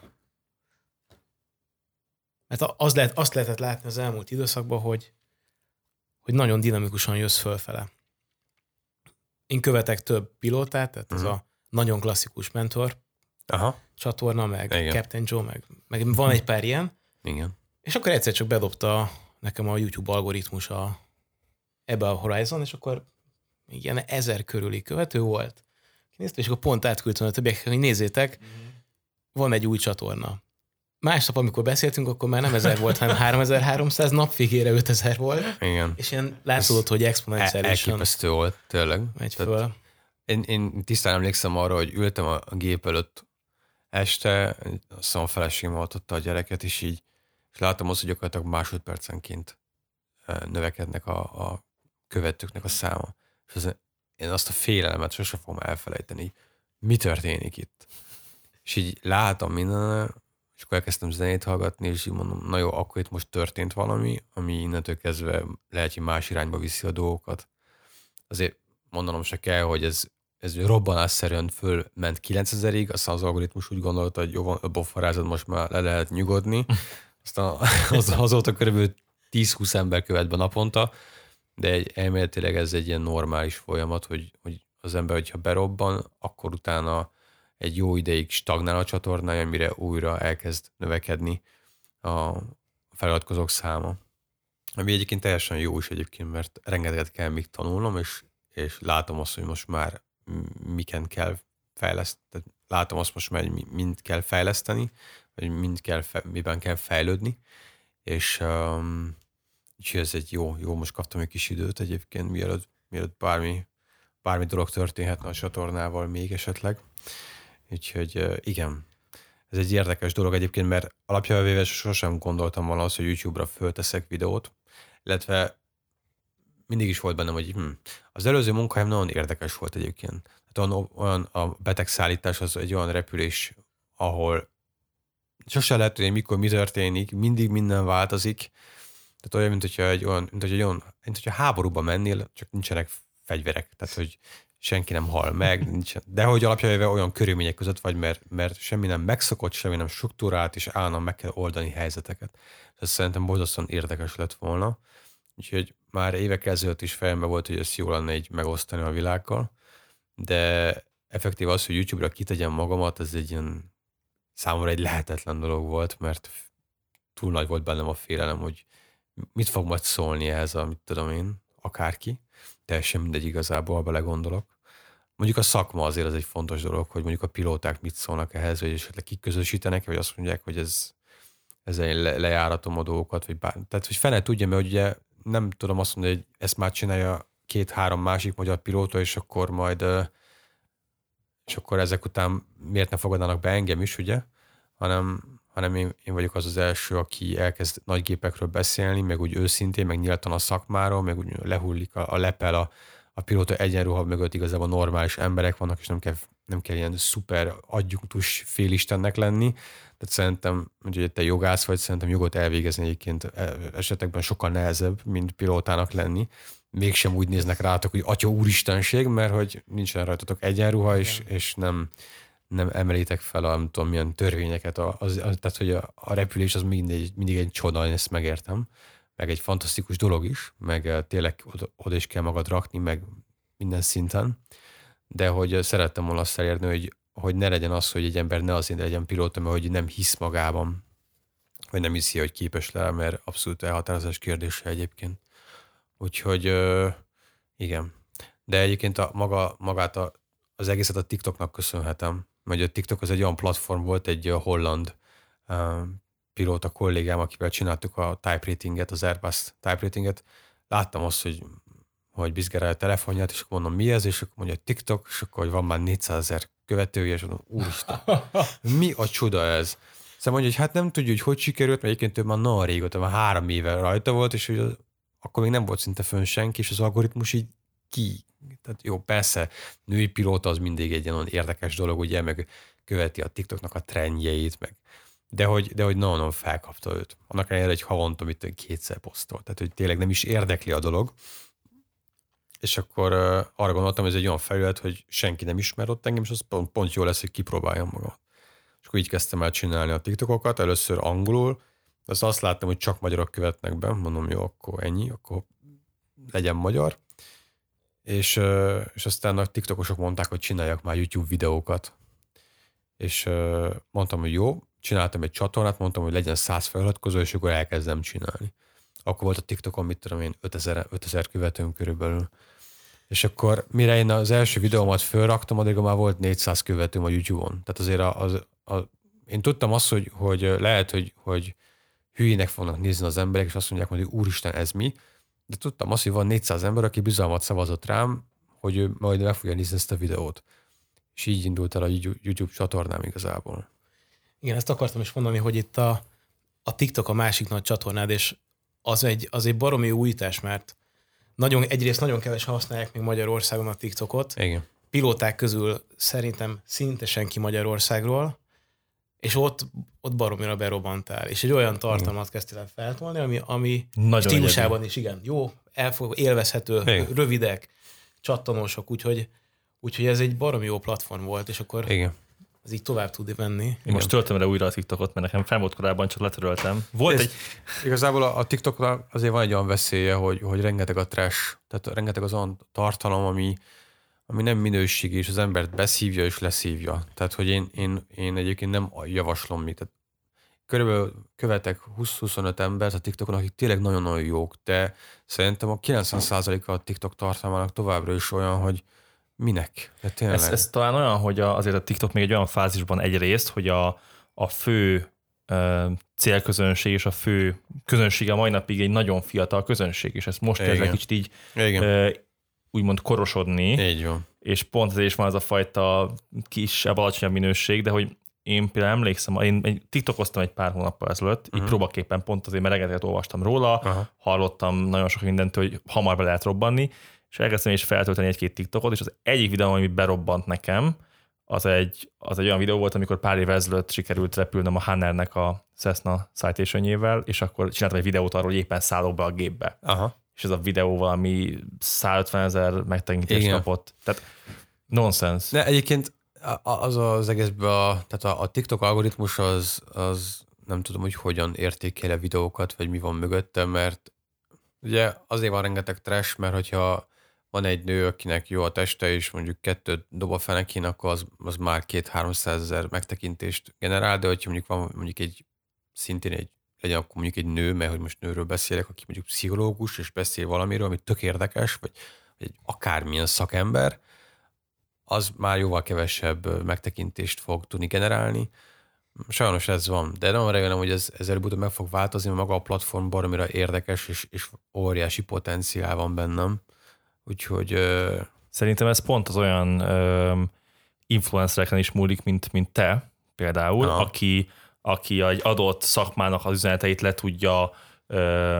mert az lehet, azt lehetett látni az elmúlt időszakban, hogy, hogy nagyon dinamikusan jössz fölfele. Én követek több pilótát, tehát uh-huh. ez a nagyon klasszikus mentor Aha. csatorna, meg Igen. Captain Joe, meg, meg van egy pár ilyen. Igen. És akkor egyszer csak bedobta nekem a YouTube algoritmus a, ebbe a Horizon, és akkor ilyen ezer körüli követő volt. Néztem, és akkor pont átküldtem a többieknek, hogy nézzétek, mm. van egy új csatorna. Másnap, amikor beszéltünk, akkor már nem ezer volt, hanem háromezer-háromszáz, nap végére ötezer volt. Igen. És ilyen látszódott, hogy exponenciálisan elképesztő volt, tényleg. megy föl. Én, én tisztán emlékszem arra, hogy ültem a gép előtt este, azt a feleségem hallgatta a gyereket, és így és láttam azt, hogy gyakorlatilag másodpercenként növekednek a, a követőknek a száma. És az, én azt a félelmet sosem fogom elfelejteni. Mi történik itt? És így látom minden, és akkor elkezdtem zenét hallgatni, és így mondom, na jó, akkor itt most történt valami, ami innentől kezdve lehet, hogy más irányba viszi a dolgokat. Azért mondanom se kell, hogy ez, ez robbanásszerűen fölment kilencezerig, aztán az algoritmus úgy gondolta, hogy jó, a bofarázat most már le lehet nyugodni. Aztán az, azóta körülbelül tíz-húsz ember követ be naponta, de egy, elméletileg ez egy ilyen normális folyamat, hogy, hogy az ember, hogyha berobban, akkor utána egy jó ideig stagnál a csatornája, mire újra elkezd növekedni a feliratkozók száma. Ami egyébként teljesen jó is egyébként, mert rengeteget kell még tanulnom, és, és látom azt, hogy most már miken kell fejleszteni, látom azt most már, hogy mind kell fejleszteni, hogy mind kell, miben kell fejlődni, és um, úgyhogy ez egy jó, jó, most kaptam egy kis időt egyébként, mielőtt, mielőtt bármi, bármi dolog történhetne a csatornával még esetleg. Úgyhogy uh, igen, ez egy érdekes dolog egyébként, mert alapjában véve sosem gondoltam volna azt, hogy YouTube-ra fölteszek videót, illetve mindig is volt bennem, hogy hm, az előző munkahelyem nagyon érdekes volt egyébként. Tehát olyan, olyan a betegszállítás az egy olyan repülés, ahol sosem lehet tudni, mikor mi történik, mindig minden változik. Tehát olyan, mint hogyha egy olyan, mint hogyha egy olyan, mint hogyha háborúba mennél, csak nincsenek fegyverek. Tehát, hogy senki nem hal meg, nincsen. De hogy alapjában olyan körülmények között vagy, mert, mert semmi nem megszokott, semmi nem struktúrált, és állandóan meg kell oldani helyzeteket. Ez szerintem borzasztóan érdekes lett volna. Úgyhogy már évek ezelőtt is fejembe volt, hogy ezt jó lenne így megosztani a világgal. De effektív az, hogy YouTube-ra kitegyem magamat, ez egy ilyen számomra egy lehetetlen dolog volt, mert túl nagy volt bennem a félelem, hogy mit fog majd szólni ehhez, amit tudom én, akárki. Teljesen mindegy igazából, ha belegondolok. Mondjuk a szakma azért az egy fontos dolog, hogy mondjuk a pilóták mit szólnak ehhez, vagy esetleg kiközösítenek, vagy azt mondják, hogy ez, ez egy le, lejáratom a dolgokat, vagy bár... Tehát, hogy fene tudja, mert ugye nem tudom azt mondani, hogy ezt már csinálja két-három másik magyar pilóta, és akkor majd és akkor ezek után miért ne fogadnának be engem is, ugye? Hanem, hanem én, én vagyok az az első, aki elkezd nagy gépekről beszélni, meg úgy őszintén, meg nyíltan a szakmáról, meg úgy lehullik a, a lepel a, a pilóta egyenruha mögött, igazából normális emberek vannak, és nem kell, nem kell ilyen szuper adjunktus félistennek lenni. Tehát szerintem, hogy te jogász vagy, szerintem jogot elvégezni egyébként esetekben sokkal nehezebb, mint pilótának lenni. Mégsem úgy néznek rátok, hogy atya úristenség, mert hogy nincsen rajtatok egyenruha, és, és nem, nem emelitek fel a nem tudom milyen törvényeket. Az, az, tehát, hogy a, a repülés az mindig, mindig egy csoda, én ezt megértem. Meg egy fantasztikus dolog is, meg tényleg oda, oda is kell magad rakni, meg minden szinten. De hogy szerettem volna azt elérni, hogy, hogy ne legyen az, hogy egy ember ne azért legyen pilóta, mert hogy nem hisz magában, vagy nem hiszi, hogy képes le, mert abszolút elhatározás kérdése egyébként. Úgyhogy igen. De egyébként a, maga, magát a, az egészet a TikToknak köszönhetem, mert a TikTok az egy olyan platform volt, egy holland uh, pilóta kollégám, akivel csináltuk a type ratinget, az Airbus type ratinget. Láttam azt, hogy, hogy bizgerálja a telefonját, és akkor mondom, mi ez? És akkor mondja, TikTok, és akkor, hogy van már négyszázezer követője, és mondom, úristen, mi a csoda ez? Szóval mondja, hogy hát nem tudja, hogy hogy sikerült, mert egyébként ő már nagyon régóta, már három éve rajta volt, és hogy akkor még nem volt szinte fönn senki, és az algoritmus így ki. Tehát jó, persze, női pilóta az mindig egy olyan érdekes dolog, ugye, meg követi a TikToknak a trendjeit, meg de hogy, de hogy nagyon-nagyon felkapta őt. Annak ellenére egy havonta, amit kétszer posztol. Tehát, hogy tényleg nem is érdekli a dolog. És akkor uh, arra gondoltam, hogy ez egy olyan felület, hogy senki nem ismer ott engem, és az pont, pont jó lesz, hogy kipróbáljam magam. És akkor így kezdtem el csinálni a TikTokokat, először angolul, azt azt láttam, hogy csak magyarok követnek be, mondom, jó, akkor ennyi, akkor legyen magyar. És, uh, és aztán a TikTokosok mondták, hogy csináljak már YouTube videókat. És uh, mondtam, hogy jó, csináltam egy csatornát, mondtam, hogy legyen száz feliratkozó, és akkor elkezdem csinálni. Akkor volt a TikTokon, mit tudom én, ötezer követőm körülbelül. És akkor mire én az első videómat fölraktam, addig már volt négyszáz követőm a YouTube-on. Tehát azért az, az, az, én tudtam azt, hogy, hogy lehet, hogy, hogy hülyének fognak nézni az emberek, és azt mondják, hogy úristen, ez mi? De tudtam azt, hogy van négyszáz ember, aki bizalmat szavazott rám, hogy ő majd meg fogja nézni ezt a videót. És így indult el a YouTube csatornám igazából. Igen, ezt akartam is mondani, hogy itt a, a TikTok a másik nagy csatornád, és az egy, az egy baromi újítás, mert nagyon, egyrészt nagyon keves használják még Magyarországon a TikTokot. Igen. Pilóták közül szerintem szinte senki Magyarországról, és ott, ott baromira berobbantál. És egy olyan tartalmat kezdtél el feltolni, ami, ami stílusában egyedül is igen, jó, elfog, élvezhető, igen. Rövidek, csattanósok, úgyhogy, úgyhogy ez egy baromi jó platform volt, és akkor igen. ez így tovább tud venni. Én igen. Most töltöm le újra a TikTokot, mert nekem fel volt korábban, csak letöröltem. Volt egy... Igazából a, a TikToknak azért van egy olyan veszélye, hogy, hogy rengeteg a trash, tehát rengeteg az olyan tartalom, ami, ami nem minőségi, és az embert beszívja és leszívja. Tehát, hogy én, én, én egyébként nem javaslom mit. Tehát körülbelül követek húsz-huszonöt embert a TikTokon, akik tényleg nagyon-nagyon jók, de szerintem a kilencven százaléka a TikTok tartalmának továbbra is olyan, hogy minek? Ez, ez talán olyan, hogy a, azért a TikTok még egy olyan fázisban egyrészt, hogy a, a fő uh, célközönség és a fő közönség a mai napig egy nagyon fiatal közönség, és ezt most kezd egy kicsit így uh, úgymond korosodni. Így van. És pont ezért is van az a fajta kisebb, alacsonyabb minőség, de hogy én például emlékszem, én egy TikTokoztam egy pár hónappal ezelőtt, uh-huh. így próbaképpen pont azért, mert rengeteget olvastam róla, uh-huh. hallottam nagyon sok mindent, hogy hamar be lehet robbanni, és elkezdtem is feltölteni egy-két TikTokot, és az egyik videó, ami berobbant nekem, az egy, az egy olyan videó volt, amikor pár évvel ezelőtt sikerült repülnöm a Hannernek a Cessna Citation-jével, és akkor csináltam egy videót arról, hogy éppen szállok be a gépbe. Aha. És ez a videó valami százötvenezer megtekintést kapott. Tehát nonsense. De egyébként az az egészben, a, tehát a, a TikTok algoritmus az, az nem tudom, hogy hogyan értékel a videókat, vagy mi van mögötte, mert ugye azért van rengeteg trash, mert hogyha van egy nő, akinek jó a teste, és mondjuk kettőt dob a fenekén, akkor az, az már két-háromszázezer megtekintést generál, de hogyha mondjuk van mondjuk egy szintén egy, legyen akkor mondjuk egy nő, mert hogy most nőről beszélek, aki mondjuk pszichológus, és beszél valamiről, ami tök érdekes, vagy, vagy egy akármilyen szakember, az már jóval kevesebb megtekintést fog tudni generálni. Sajnos ez van, de nagyon remélem, hogy ez, ez előbb-utóbb meg fog változni, mert maga a platform baromira érdekes, és, és óriási potenciál van bennem. Úgyhogy... Uh... Szerintem ez pont az olyan uh, influencereken is múlik, mint, mint te például, no. aki, aki egy adott szakmának az üzeneteit le tudja ö,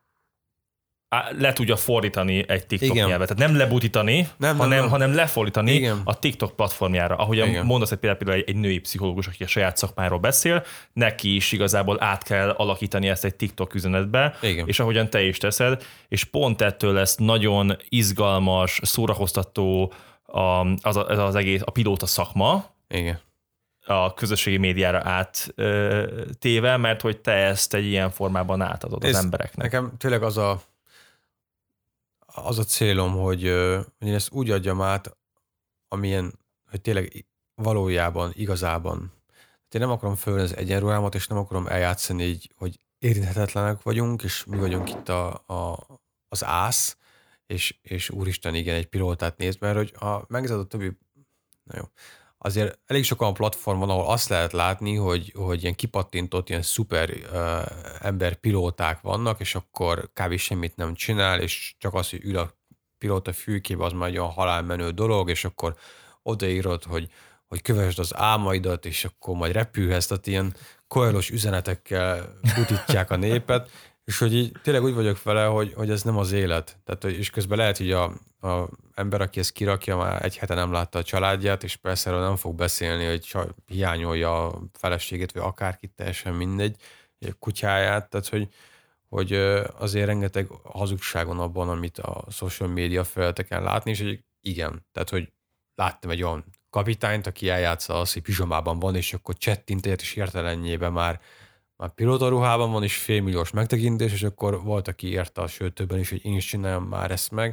le tudja fordítani egy TikTok Igen. nyelvet. Tehát nem lebutítani, nem, hanem, nem, nem. hanem lefordítani Igen. a TikTok platformjára. Ahogyan mondasz, hogy például egy, egy női pszichológus, aki a saját szakmáról beszél, neki is igazából át kell alakítani ezt egy TikTok üzenetbe, Igen. és ahogyan te is teszed, és pont ettől lesz nagyon izgalmas, szórakoztató az, az, az egész, a pilóta szakma, Igen. a közösségi médiára áttéve, mert hogy te ezt egy ilyen formában átadod Ez az embereknek. Nekem tényleg az a az a célom, hogy, hogy én ezt úgy adjam át, amilyen, hogy tényleg valójában, igazában. Én nem akarom fölvenni az egyenruhámat, és nem akarom eljátszani így, hogy érinthetetlenek vagyunk, és mi vagyunk itt a, a, az ász, és, és úristen, igen, egy pilótát néz, mert hogy ha megnézed a többi, na jó, azért elég sok olyan platform van, ahol azt lehet látni, hogy, hogy ilyen kipattintott, ilyen szuper uh, ember pilóták vannak, és akkor kb. Semmit nem csinál, és csak az, hogy ül a pilóta fülkébe, az már egy olyan halálmenő dolog, és akkor odaírod, hogy, hogy kövesd az álmaidat, és akkor majd repülhetsz, tehát ilyen koelos üzenetekkel butítják a népet, és hogy így tényleg úgy vagyok vele, hogy, hogy ez nem az élet. Tehát, és közben lehet, hogy a, a ember, aki ezt kirakja, már egy hete nem látta a családját, és persze erről nem fog beszélni, hogy hiányolja a feleségét, vagy akárkit, teljesen mindegy, a kutyáját, tehát hogy, hogy azért rengeteg hazugság van abban, amit a social media felületeken látni, és hogy igen, tehát hogy láttam egy olyan kapitányt, aki eljátsza azt, hogy pizsamában van, és akkor csettintét, és hirtelenjében már már pilótaruhában van, és félmilliós megtekintés, és akkor volt, aki érte, sőt többen is, hogy én is csináljam már ezt meg,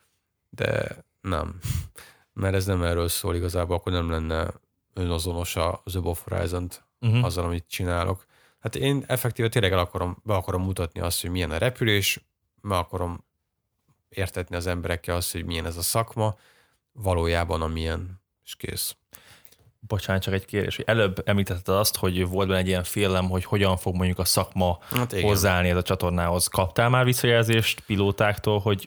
de nem. Mert ez nem erről szól igazából, akkor nem lenne önazonos az Above Horizont uh-huh. azzal, amit csinálok. Hát én effektíve tényleg el akarom, be akarom mutatni azt, hogy milyen a repülés, be akarom értetni az emberekkel azt, hogy milyen ez a szakma, valójában amilyen, és kész. Bocsánat, csak egy kérdés, hogy előbb említetted azt, hogy volt benne egy ilyen félelem, hogy hogyan fog mondjuk a szakma hát hozzáállni ez a csatornához. Kaptál már visszajelzést pilótáktól, hogy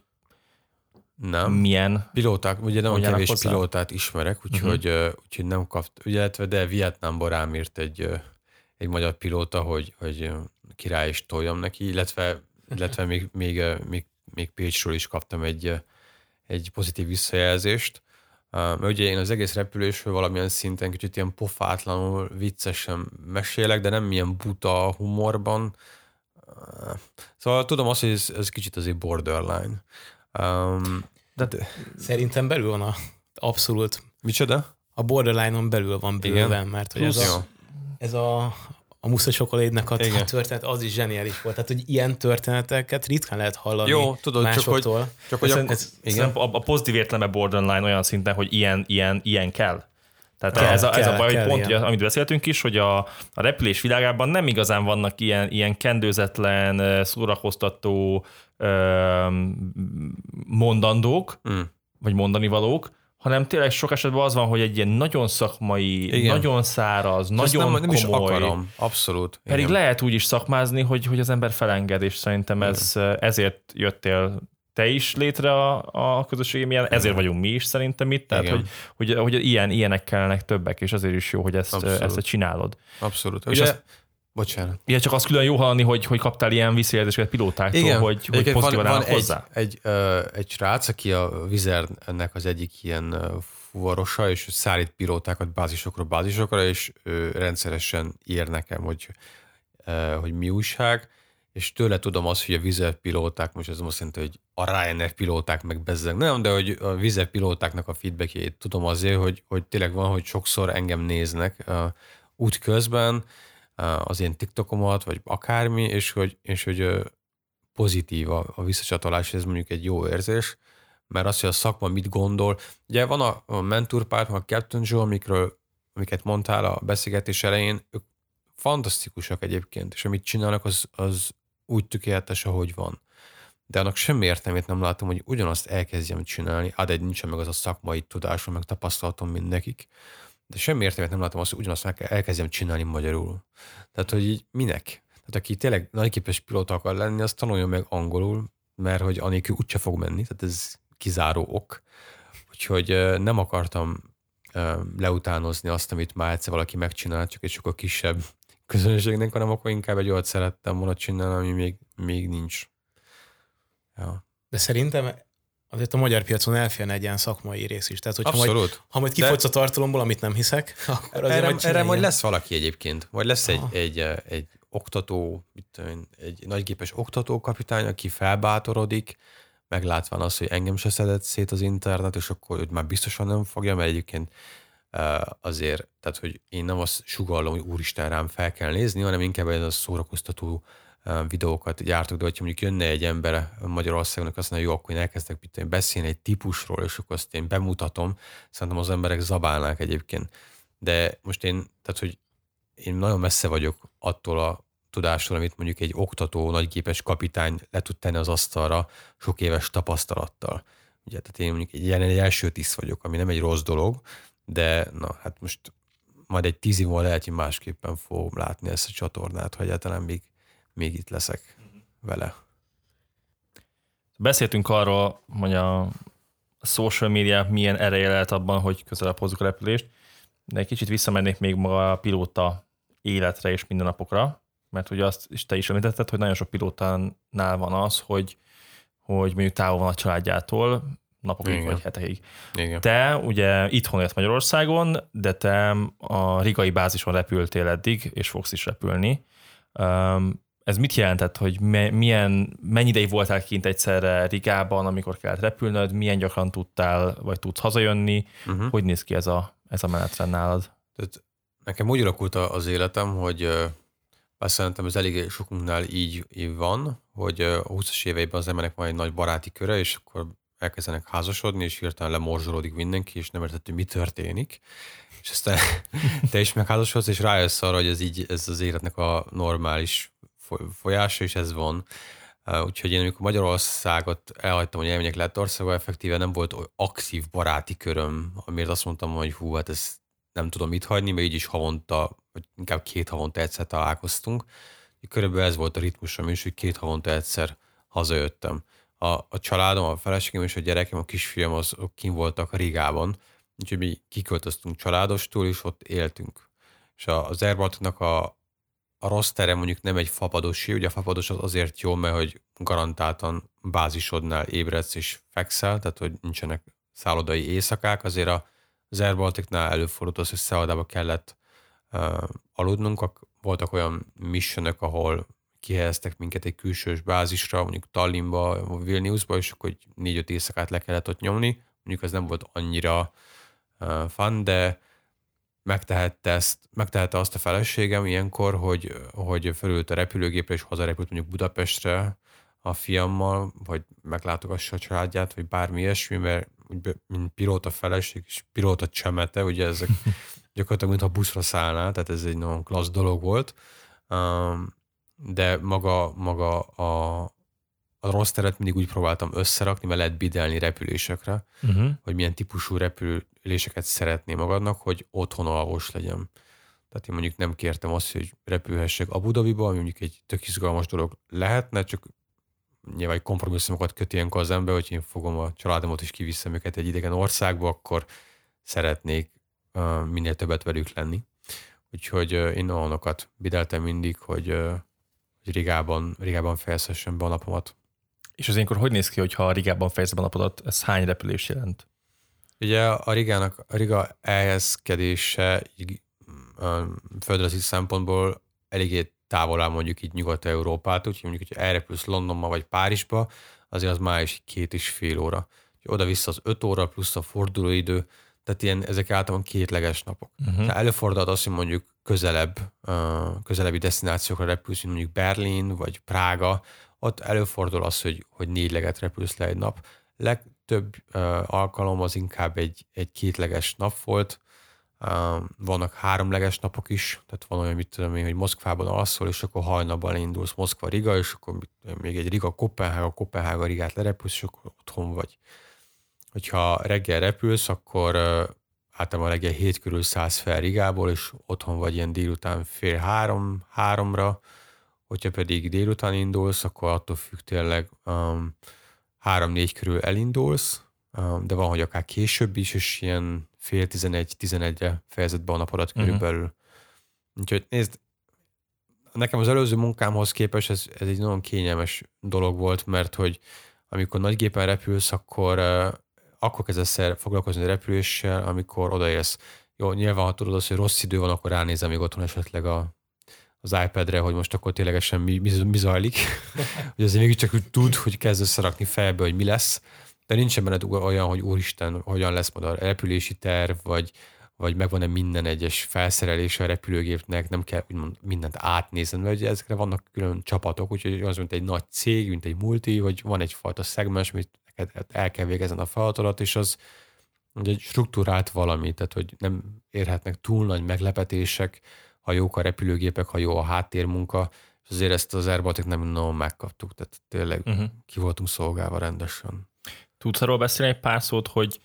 nem. milyen? Pilóták, ugye nem kevés hozzá? Pilótát ismerek, úgyhogy, uh-huh. úgyhogy nem kapt, ugye, de Vietnámban rám írt egy, egy magyar pilóta, hogy, hogy király is toljam neki, illetve, illetve még, még, még, még Pécsről is kaptam egy, egy pozitív visszajelzést. Uh, mert ugye én az egész repülésről valamilyen szinten kicsit ilyen pofátlanul, viccesen mesélek, de nem ilyen buta humorban. Uh, szóval tudom azt, hogy ez, ez kicsit azért borderline. Um, de, de szerintem belül van a abszolút. Micsoda? A borderline-on belül van bőven, mert hogy ez a, ez a a Musza Csokolédnek a Igen. történet az is zseniális volt. Tehát, hogy ilyen történeteket ritkán lehet hallani Jó, tudod, másoktól. Csak hogy, csak, hogy akkor, ez, igen. A, a pozitív értelme borderline olyan szinten, hogy ilyen, ilyen, ilyen kell. Tehát kell, ez, a, kell, ez a baj, kell, pont, ugye, amit beszéltünk is, hogy a, a repülés világában nem igazán vannak ilyen, ilyen kendőzetlen, szórakoztató mondandók, mm. vagy mondani valók, hanem tényleg sok esetben az van, hogy egy ilyen nagyon szakmai, Igen. nagyon száraz, Ezt nagyon nem, nem komoly. Nem is akarom, abszolút. Pedig Igen. lehet úgy is szakmázni, hogy, hogy az ember felenged, és szerintem ez, ezért jöttél te is létre a, a közösségi médián, ezért vagyunk mi is szerintem itt, tehát hogy, hogy, hogy ilyen, ilyenek kellene többek, és azért is jó, hogy ezt, ezt csinálod. Abszolút. És Ugye, azt, bocsánat. Igen, csak azt külön jó hallani, hogy, hogy kaptál ilyen visszajelzéseket pilótáktól, Igen. hogy, hogy pozitívan állnak hozzá. Egy, egy, uh, egy srác, aki a Wizardnek az egyik ilyen uh, fuvarosa, és szállít pilótákat bázisokra, bázisokra, és ő rendszeresen ír nekem, hogy, uh, hogy mi újság, és tőle tudom azt, hogy a Wizard pilóták, most ez azt jelenti, hogy a Ryanair pilóták meg bezzeg, nem, de hogy a Wizard pilótáknak a feedbackjét tudom azért, hogy, hogy tényleg van, hogy sokszor engem néznek uh, út közben, az én TikTokomat, vagy akármi, és hogy, és hogy pozitív a, a visszacsatolás, ez mondjuk egy jó érzés, mert az, hogy a szakma mit gondol. Ugye van a, a mentorpárt, a Captain Joe, amikről, amiket mondtál a beszélgetés elején, ők fantasztikusak egyébként, és amit csinálnak, az, az úgy tökéletes, ahogy van. De annak semmi értelmét nem látom, hogy ugyanazt elkezdjem csinálni, ad egy nincsen meg az a szakmai tudásom, meg tapasztalatom, mint nekik. De semmi értelmét nem látom azt, hogy ugyanazt elkezdjem csinálni magyarul. Tehát, hogy így minek? Tehát aki tényleg nagyképes pilóta akar lenni, az tanuljon meg angolul, mert hogy anélkül úgyse fog menni, tehát ez kizáró ok. Úgyhogy nem akartam leutánozni azt, amit már egyszer valaki megcsinált, csak egy sokkal kisebb közönségnek, hanem akkor inkább egy olyat szerettem volna csinálni, ami még, még nincs. Ja. De szerintem azért a magyar piacon elférne egy ilyen szakmai rész is. Tehát, hogyha Abszolút. majd, ha majd kifogysz a tartalomból, amit nem hiszek, akkor azért erre, majd erre majd lesz valaki egyébként. Majd lesz egy, Aha. egy, egy oktató, egy nagygépes oktatókapitány, aki felbátorodik, meglátván azt, hogy engem se szedett szét az internet, és akkor őt már biztosan nem fogja, mert egyébként azért, tehát hogy én nem azt sugallom, hogy úristen rám fel kell nézni, hanem inkább ez a szórakoztató videókat gyártok, de hogyha mondjuk jönne egy ember Magyarországnak, azt mondja, jó, akkor én elkezdek itt beszélni egy típusról, és akkor azt én bemutatom, szerintem az emberek zabálnák egyébként. De most én, tehát hogy én nagyon messze vagyok attól a tudástól, amit mondjuk egy oktató, nagygépes kapitány le tud tenni az asztalra sok éves tapasztalattal. Ugye, tehát én mondjuk egy, egy első tiszt vagyok, ami nem egy rossz dolog, de na, hát most majd egy tíz év múlva lehet, hogy másképpen fogom látni ezt a csatornát, hogy egyáltalán még, még itt leszek vele. Beszéltünk arról, hogy a social media milyen ereje lehet abban, hogy közelebb hozzuk a repülést, de egy kicsit visszamennék még maga a pilóta életre és mindennapokra, mert ugye azt is te is említetted, hogy nagyon sok pilótánál van az, hogy, hogy mondjuk távol van a családjától, napokig Igen. vagy hetekig. Igen. Te ugye itthon élsz Magyarországon, de te a rigai bázison repültél eddig, és fogsz is repülni. Ez mit jelentett, hogy milyen, mennyi ideig voltál kint egyszerre Rigában, amikor kellett repülnöd, milyen gyakran tudtál, vagy tudsz hazajönni, uh-huh. hogy néz ki ez a, ez a menetrend nálad? Tehát nekem úgy alakult az életem, hogy bár szerintem ez elég sokunknál így, így van, hogy a húszas éveiben az embernek van egy nagy baráti köre, és akkor elkezdenek házasodni, és hirtelen lemorzsolódik mindenki, és nem érted, hogy mi történik. És aztán te is megházasodsz, és rájössz arra, hogy ez, így, ez az életnek a normális folyása, és ez van. Úgyhogy én, amikor Magyarországot elhagytam, hogy elmenjek Lettországba, effektíve nem volt aktív baráti köröm, amiért azt mondtam, hogy hú, hát ezt nem tudom itt hagyni, mert így is havonta, vagy inkább két havonta egyszer találkoztunk. Körülbelül ez volt a ritmusom is, hogy két havonta egyszer hazajöttem. A, a családom, a feleségem és a gyerekem, a kisfiam, az kint voltak a Rigában, úgyhogy mi kiköltöztünk családostól, és ott éltünk. És az Air Balticnak a, a rossz tere mondjuk nem egy fapadosi, ugye a fapados az azért jó, mert hogy garantáltan bázisodnál ébredsz és fekszel, tehát hogy nincsenek szállodai éjszakák, azért az Air Balticnál előfordult az, hogy szállodába kellett uh, aludnunk, voltak olyan missionök, ahol kihelyeztek minket egy külsős bázisra, mondjuk Tallinnba, Vilniusba, és akkor négy-öt éjszakát le kellett ott nyomni. Mondjuk ez nem volt annyira uh, fun, de megtehette, ezt, megtehette azt a feleségem ilyenkor, hogy, hogy felült a repülőgépre, és hazarepült mondjuk Budapestre a fiammal, vagy meglátogassa a családját, vagy bármi ilyesmi, mert mint pilóta feleség, és pilóta csemete, ugye ezek gyakorlatilag mintha buszra szállnál, tehát ez egy nagyon klassz dolog volt. Um, de maga, maga a, a rossz teret mindig úgy próbáltam összerakni, mert lehet bidelni repülésekre, uh-huh. hogy milyen típusú repüléseket szeretném magadnak, hogy otthon alvos legyen. Tehát én mondjuk nem kértem azt, hogy repülhessek Abu Dhabiba, ami mondjuk egy tök izgalmas dolog lehetne, csak nyilván kompromisszumokat köt ilyenkor az ember, hogy én fogom a családomat és kiviszem őket egy idegen országba, akkor szeretnék uh, minél többet velük lenni. Úgyhogy uh, én olyanokat bideltem mindig, hogy uh, hogy Rigában, Rigában fejezhessem be a napomat. És az ilyenkor hogy néz ki, hogyha a Rigában fejezed be a napodat? Ez hány repülés jelent? Ugye a Rigának, a Riga elhelyezkedése földrajzi szempontból eléggé távol áll mondjuk így Nyugat-Európát, úgyhogy mondjuk, hogy elrepülsz Londonba vagy Párizsba, azért az már is két és fél óra. Oda-vissza az öt óra plusz a fordulóidő, tehát ilyen, ezek általában kétleges napok. Uh-huh. Előfordulhat az, hogy mondjuk közelebb, uh, közelebbi desztinációkra repülsz, mint mondjuk Berlin vagy Prága, ott előfordul az, hogy, hogy négyleget repülsz le egy nap. Legtöbb uh, alkalom az inkább egy, egy kétleges nap volt, uh, vannak háromleges napok is, tehát van olyan, mit tudom én, hogy Moszkvában alszol, és akkor hajnalban indulsz Moszkva-Riga, és akkor még egy Riga-Kopenhága, Kopenhága-Rigát lerepülsz, és akkor otthon vagy. Hogyha reggel repülsz, akkor uh, általában reggel hét körül szállsz fel Rigából, és otthon vagy ilyen délután fél három, háromra. Hogyha pedig délután indulsz, akkor attól függ tényleg um, három-négy körül elindulsz, um, de van, hogy akár később is, és ilyen fél tizenegy, tizenegyre fejezed be a napodat körülbelül. Uh-huh. Úgyhogy nézd, nekem az előző munkámhoz képest ez, ez egy nagyon kényelmes dolog volt, mert hogy amikor nagy gépen repülsz, akkor, akkor kezdesz el foglalkozni a repüléssel, amikor odaérsz. Jó, nyilván, ha tudod azt, hogy rossz idő van, akkor ránézem még otthon esetleg a, az iPadre, hogy most akkor ténylegesen mi, mi, mi zajlik. Hogy azért mégiscsak úgy tud, hogy kezd összerakni fejbe, hogy mi lesz. De nincsen benned olyan, hogy úristen, hogyan lesz majd a repülési terv, vagy, vagy megvan-e minden egyes felszerelése a repülőgépnek, nem kell úgymond mindent átnézni, mert ugye ezekre vannak külön csapatok, úgyhogy az, mint egy nagy cég, mint egy multi, vagy van egyfajta szegmens, amit el kell végezni a feladatodat, és az egy struktúrált valami, tehát hogy nem érhetnek túl nagy meglepetések, ha jók a repülőgépek, ha jó a háttérmunka, és azért ezt az Air Baltic nem nagyon megkaptuk, tehát tényleg uh-huh. ki voltunk szolgálva rendesen. Tudsz arról beszélni egy pár szót, hogy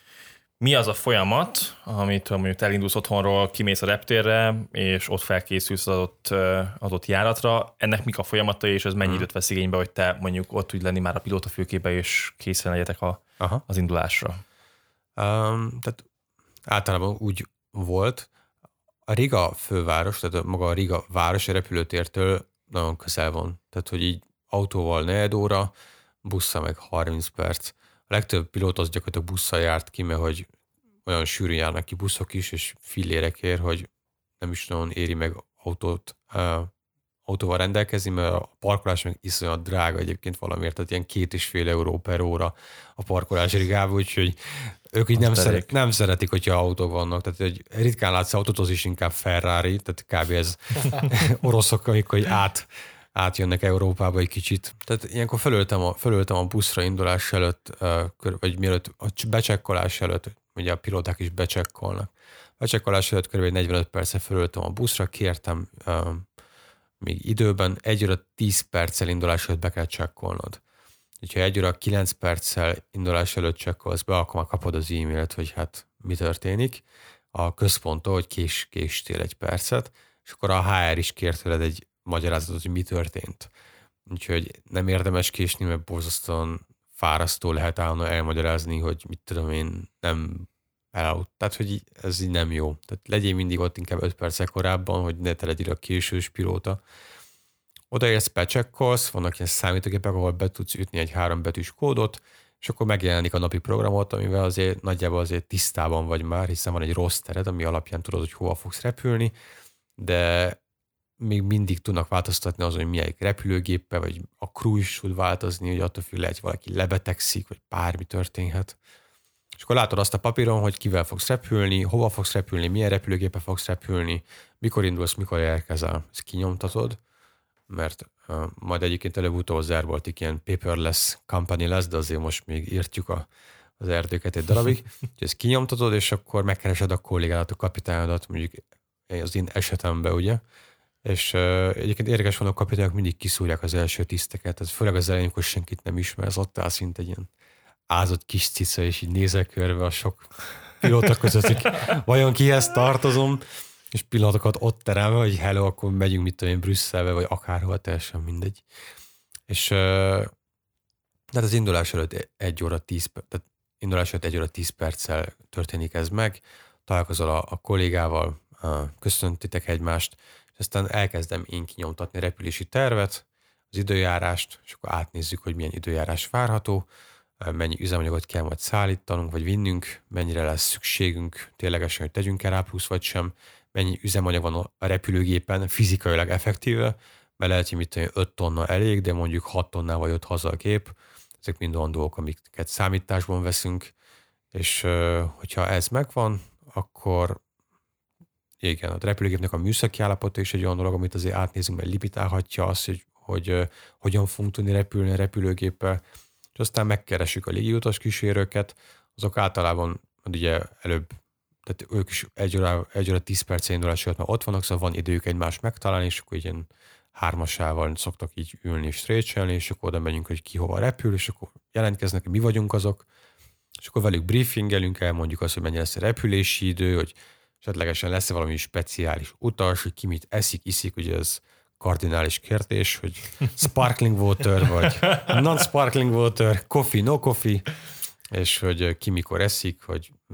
mi az a folyamat, amit mondjuk elindulsz otthonról, kimész a reptérre, és ott felkészülsz az adott, adott járatra. Ennek mik a folyamatai, és ez mennyi időt vesz igénybe, hogy te mondjuk ott tudj lenni már a pilótafülkébe, és készen legyetek a, az indulásra? Um, tehát általában úgy volt, a Riga főváros, tehát maga a Riga városi repülőtértől nagyon közel van. Tehát, hogy így autóval negyed óra, busszal meg harminc perc. A legtöbb pilóta az gyakorlatilag busszal járt ki, mert hogy olyan sűrűn járnak ki buszok is, és fillérekért, hogy nem is nagyon éri meg autót, uh, autóval rendelkezni, mert a parkolás meg iszonyat drága egyébként valamiért, tehát ilyen két és fél euró per óra a parkolás Rigában, úgyhogy ők így nem, szeret, nem szeretik, hogyha autók vannak, tehát egy ritkán látsz autót, az is inkább Ferrari, tehát kb. Ez oroszok, amikor át átjönnek Európába egy kicsit. Tehát ilyenkor felöltem a, felöltem a buszra indulás előtt, vagy mielőtt a becsekkolás előtt, ugye a pilóták is becsekkolnak. Becsekkolás előtt kb. negyvenöt percre felöltem a buszra, kértem um, még időben, egy óra tíz perccel indulás előtt be kell csekkolnod. Úgyhogy egy óra kilenc perccel indulás előtt csekkolsz be, akkor már kapod az e-mailt, hogy hát mi történik. A központtól, hogy kés, késtél egy percet, és akkor a há er is kért tőled egy magyarázatot, hogy mi történt. Úgyhogy nem érdemes késni, mert borzasztóan fárasztó lehet állandóan elmagyarázni, hogy mit tudom én, nem elállott. Tehát, hogy így, ez így nem jó. Tehát legyél mindig ott inkább öt perccel korábban, hogy ne te legyél a késős pilóta. Odaérsz, becsekkolsz, vannak ilyen számítógépek, ahol be tudsz ütni egy hárombetűs kódot, és akkor megjelenik a napi programot, amivel azért nagyjából azért tisztában vagy már, hiszen van egy rostered, ami alapján tudod, hogy hova fogsz repülni, de még mindig tudnak változtatni azon, hogy milyen repülőgéppel, vagy a crew is tud változni, hogy attól függ lehet, hogy valaki lebetegszik, vagy bármi történhet. És akkor látod azt a papíron, hogy kivel fogsz repülni, hova fogsz repülni, milyen repülőgéppel fogsz repülni, mikor indulsz, mikor érkezel. Ezt kinyomtatod, mert uh, majd egyébként előbb-utóbb az Air Baltic ilyen paperless company lesz, de azért most még írtjuk a, az erdőket egy darabig. Úgyhogy ezt kinyomtatod, és akkor megkeresed a kollégádat, a kapitányodat, mondjuk az én esetemben, ugye, és uh, egyébként érdekes van, a kapitányok mindig kiszúrják az első tiszteket, ez főleg az elején, amikor senkit nem ismersz, ott áll szint egy ilyen ázott kis cica, és így nézel körbe a sok pilóta között, hogy vajon kihez tartozom, és pillanatokat ott teremve, hogy hello, akkor megyünk, mit tudom én, Brüsszelbe, vagy akárhol, teljesen mindegy. És uh, tehát az indulás előtt egy óra tíz, tehát indulás előtt egy óra tíz perccel történik ez meg, találkozol a, a kollégával, uh, köszöntitek egymást, és aztán elkezdem én kinyomtatni a repülési tervet, az időjárást, és akkor átnézzük, hogy milyen időjárás várható, mennyi üzemanyagot kell majd szállítanunk, vagy vinnünk, mennyire lesz szükségünk ténylegesen, hogy tegyünk el rá plusz, vagy sem, mennyi üzemanyag van a repülőgépen fizikailag effektíve, mert lehet, hogy mit tudom, öt tonna elég, de mondjuk hat tonnával jött haza a gép, ezek mind olyan dolgok, amiket számításban veszünk, és hogyha ez megvan, akkor igen, a repülőgépnek a műszaki állapota is egy olyan dolog, amit azért átnézünk, mert limitálhatja azt, hogy, hogy uh, hogyan fogunk tudni repülni a repülőgéppel, és aztán megkeressük a légiutas kísérőket, azok általában ugye előbb, tehát ők is egy óra, egy óra tíz perc indulás előtt már ott vannak, szóval van időük egymást megtalálni, és akkor ilyen hármasával szoktak így ülni és strécselni, és akkor oda megyünk, hogy ki hova repül, és akkor jelentkeznek, hogy mi vagyunk azok, és akkor velük briefingelünk, elmondjuk azt, hogy mennyi lesz a repülési idő, hogy esetlegesen lesz-e valami speciális utas, hogy ki mit eszik, iszik, ugye ez kardinális kérdés, hogy sparkling water, vagy non-sparkling water, coffee, no coffee, és hogy ki mikor eszik, hogy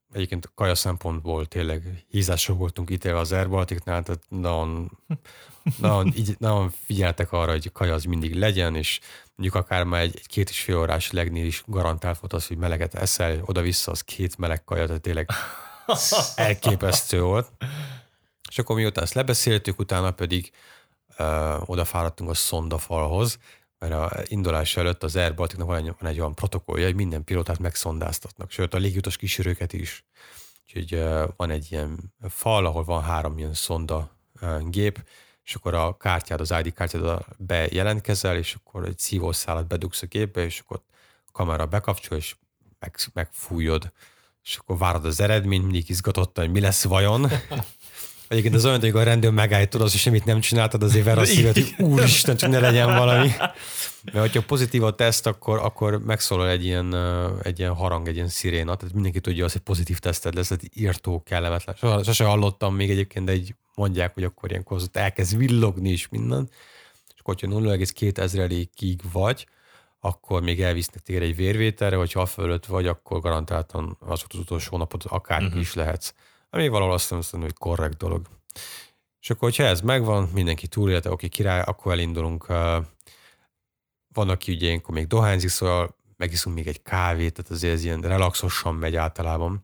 egyébként kaja szempontból tényleg hízásra voltunk ítélve az Air Balticnál, tehát nagyon, nagyon, így, nagyon figyeltek arra, hogy kaja az mindig legyen, és mondjuk akár már egy, egy két és fél órás legnél is garantált volt az, hogy meleget eszel, oda-vissza az két meleg kaja, tehát tényleg elképesztő volt. És akkor miután ezt lebeszéltük, utána pedig uh, odafáradtunk a szondafalhoz, mert a indulás előtt az Air Balticnak van egy, van egy olyan protokollja, hogy minden pilótát megszondáztatnak, sőt a légiutas kísérőket is. Úgyhogy uh, van egy ilyen fal, ahol van három ilyen szonda uh, gép, és akkor a kártyád, az i dé kártyád bejelentkezel, és akkor egy szívószálat bedugsz a gépbe, és akkor a kamera bekapcsol, és meg, megfújod, és akkor várod az eredményt, mindig izgatottan, hogy mi lesz vajon. Egyébként az olyan, hogy a rendőr megállítod, az, hogy semmit nem csináltad, azért ver a szívet, hogy úristen, csak ne legyen valami. Mert hogyha pozitív a teszt, akkor, akkor megszólal egy ilyen, egy ilyen harang, egy ilyen sziréna, tehát mindenki tudja azt, hogy pozitív teszted lesz, tehát írtó, kellemetlen. Sose hallottam még egyébként, de így mondják, hogy akkor ilyenkor az elkezd villogni is minden, és akkor, hogyha nulla egész két ezrelékig vagy, akkor még elvisznek téged egy vérvételre, hogyha fölött vagy, akkor garantáltan az az utolsó napot akárki uh-huh. is lehetsz. Ami valahol azt mondom, hogy korrekt dolog. És akkor, hogyha ez megvan, mindenki túlélte, oké, király, akkor elindulunk. Van, aki ugye ilyenkor még dohányzik, szóval megiszunk még egy kávét, tehát azért ez ilyen relaxosan megy általában.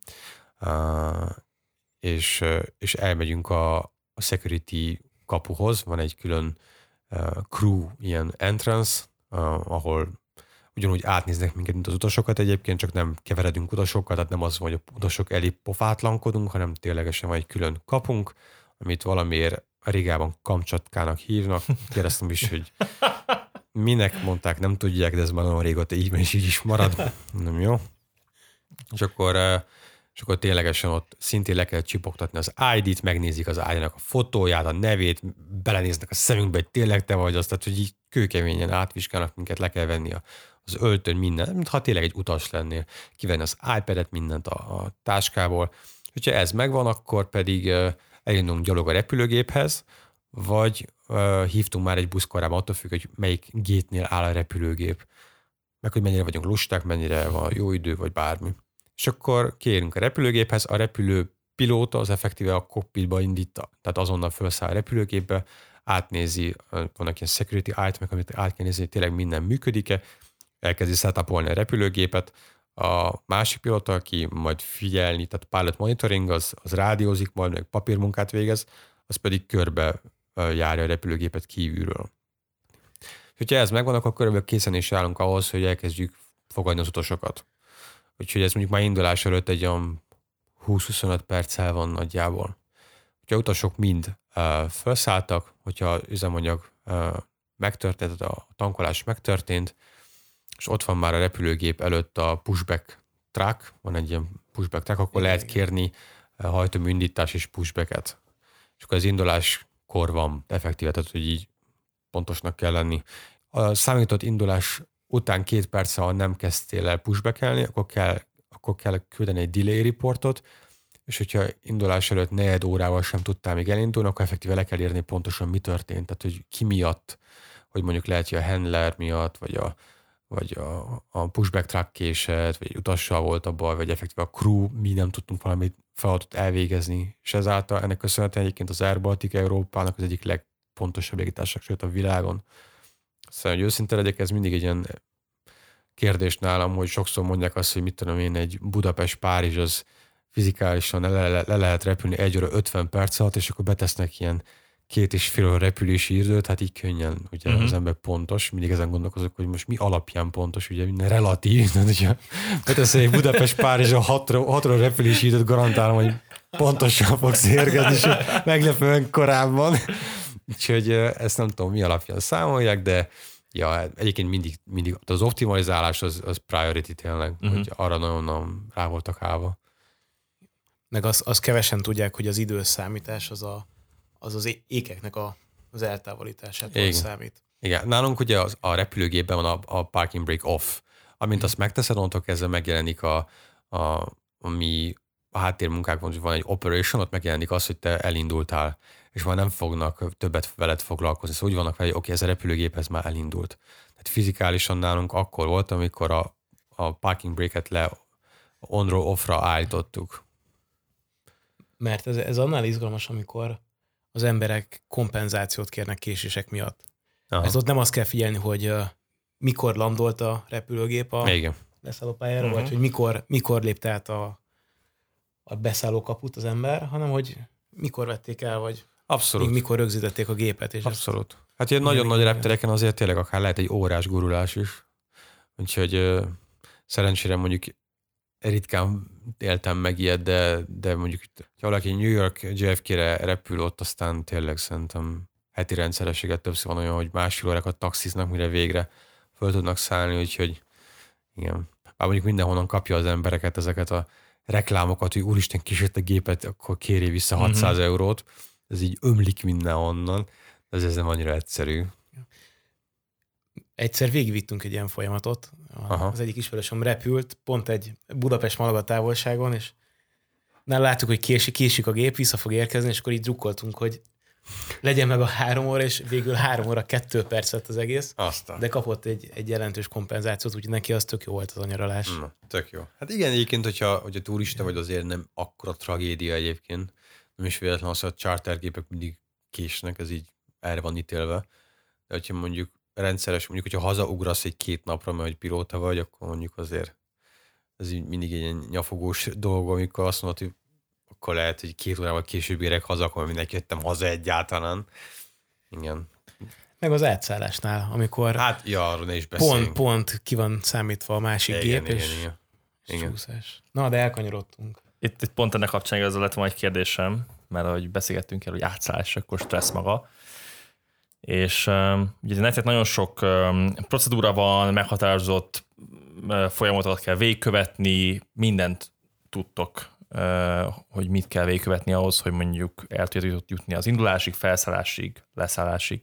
És, és elmegyünk a, a security kapuhoz, van egy külön crew ilyen entrance, ahol ugyanúgy átnéznek minket, mint az utasokat egyébként, csak nem keveredünk utasokkal, tehát nem az, hogy a utasok elé pofátlankodunk, hanem ténylegesen van egy külön kapunk, amit valamiért Rigában Kamcsatkának hívnak. Kérdeztem is, hogy minek mondták, nem tudják, de ez már nagyon régóta így és így is marad. Nem jó. És akkor, és akkor ténylegesen ott szintén le kell csipogtatni az i dét, megnézik az i dé-nek a fotóját, a nevét, belenéznek a szemünkbe, hogy tényleg te vagy az, tehát hogy így kőkeményen átvizsgálnak minket, le kell venni a az öltön minden, mintha tényleg egy utas lennél. Kivenni az iPad-et, mindent a, a táskából. Hogyha ez megvan, akkor pedig uh, elindulunk gyalog a repülőgéphez, vagy uh, hívtunk már egy busz korábban, attól függ, hogy melyik gétnél áll a repülőgép. Meg hogy mennyire vagyunk lusták, mennyire van jó idő, vagy bármi. És akkor kérünk a repülőgéphez, a repülő pilóta az effektíve a cockpitba indít, tehát azonnal felszáll a repülőgépbe, átnézi, vannak ilyen security item, amit át kell nézni, hogy tényleg minden működik-e, elkezdi setupolni a repülőgépet. A másik pilóta, aki majd figyelni, tehát pilot monitoring, az, az rádiózik, majd meg papírmunkát végez, az pedig körbe járja a repülőgépet kívülről. Hogyha ez megvan, akkor körülbelül készen is állunk ahhoz, hogy elkezdjük fogadni az utasokat. Úgyhogy ez mondjuk már indulás előtt egy olyan húsz-huszonöt perccel van nagyjából. Hogyha utasok mind uh, felszálltak, hogyha üzemanyag uh, megtörtént, a tankolás megtörtént, és ott van már a repülőgép előtt a pushback track, van egy ilyen pushback track, akkor igen, lehet kérni hajtóműindítás és pushbacket. És akkor az induláskor van effektíve, tehát hogy így pontosnak kell lenni. A számított indulás után két perccel, ha nem kezdtél el pushbackelni, akkor kell, akkor kell küldeni egy delay reportot, és hogyha indulás előtt negyed órával sem tudtál még elindulni, akkor effektíve le kell írni pontosan mi történt, tehát hogy ki miatt, hogy mondjuk lehet, hogy a handler miatt, vagy a vagy a, a pushback track késett, vagy utassal volt a baj, vagy effektíve a crew, mi nem tudtunk valamit feladatot elvégezni, és ezáltal ennek köszönhetően egyébként az Air Baltic Európának az egyik legpontosabb légitársaság, sőt a világon. Szóval, hogy őszinte legyek, ez mindig egy ilyen kérdés nálam, hogy sokszor mondják azt, hogy mit tudom én, egy Budapest-Párizs az fizikálisan le, le, le lehet repülni egy óra ötven perc alatt, és akkor betesznek ilyen két és fél óra repülési időt, hát így könnyen, ugye uh-huh. az ember pontos, mindig ezen gondolkozok, hogy most mi alapján pontos, ugye minden relatív, tehát hogyha beteszek egy Budapest-Párizs a hat óra repülési időt, garantálom, hogy pontosan fogsz érkezni, és meglepően korábban. Úgyhogy ezt nem tudom, mi alapján számolják, de ja, egyébként mindig, mindig az optimalizálás az, az priority tényleg, uh-huh. hogy arra nagyon-nagyon rá voltak állva. Meg azt az kevesen tudják, hogy az időszámítás az a az az ékeknek a, az eltávolításától számít. Igen, nálunk ugye az, a repülőgépben van a, a parking brake off. Amint azt megteszed, onnantól kezdve megjelenik a, a, ami a háttérmunkákban, hogy van egy operation, ott megjelenik az, hogy te elindultál, és már nem fognak többet veled foglalkozni. Szóval úgy vannak vele, hogy oké, ez a repülőgép, ez már elindult. Tehát fizikálisan nálunk akkor volt, amikor a, a parking brake-et le on-ról off-ra állítottuk. mert ez, ez annál izgalmas, amikor az emberek kompenzációt kérnek késések miatt. Ez ott nem azt kell figyelni, hogy uh, mikor landolt a repülőgép a leszállópályára, uh-huh. vagy hogy mikor, mikor lépte át a, a beszállókaput az ember, hanem hogy mikor vették el, vagy Abszolút. mikor rögzítették a gépet. És Abszolút. Ezt... Hát ilyen nagyon nagy reptereken azért tényleg akár lehet egy órás gurulás is. Úgyhogy uh, szerencsére mondjuk ritkán éltem meg ilyet, de, de mondjuk, ha valaki New York J F K-re repül, ott aztán tényleg szerintem heti rendszerességet többször van olyan, hogy másfél órákat taxiznak, mire végre föl tudnak szállni, úgyhogy igen. Bár mondjuk mindenhonnan kapja az embereket ezeket a reklámokat, hogy úristen, kísért a gépet, akkor kérje vissza hatszáz mm-hmm. eurót. Ez így ömlik mindenhonnan, de ez, ez nem annyira egyszerű. Egyszer végigvittünk egy ilyen folyamatot. Aha. Az egyik ismerősöm repült, pont egy Budapest-Malaga távolságon, és nála láttuk, hogy késik, késik a gép, vissza fog érkezni, és akkor így drukkoltunk, hogy legyen meg a három óra, és végül három óra, kettő perc lett az egész. Aztán. De kapott egy, egy jelentős kompenzációt, úgyhogy neki az tök jó volt az a nyaralás. Na, tök jó. Hát igen, egyébként, hogyha, hogyha turista vagy, azért nem akkora tragédia egyébként. Nem is véletlen az, hogy a chartergépek mindig késnek, ez így erre van ítélve. De hogyha mondjuk rendszeres, mondjuk, hogyha hazaugrasz egy két napra, mert hogy pilóta vagy, akkor mondjuk azért ez így mindig egy ilyen nyafogós dolog, amikor azt mondod, hogy akkor lehet, hogy két órával később érek haza, akkor mindenki jöttem haza egyáltalán. Igen. Meg az átszállásnál, amikor hát, ja, arról ne is beszéljünk. Pont, pont ki van számítva a másik igen, gép, igen, és, igen, és csúszás. Na, de elkanyarodtunk. Itt, itt pont ennek kapcsán igazán lett volna egy kérdésem, mert ahogy beszélgettünk el, hogy átszállás, akkor stressz maga. És um, ugye nektek nagyon sok um, procedúra van, meghatározott uh, folyamatokat kell végigkövetni, mindent tudtok, uh, hogy mit kell végigkövetni ahhoz, hogy mondjuk el tudjátok jutni az indulásig, felszállásig, leszállásig.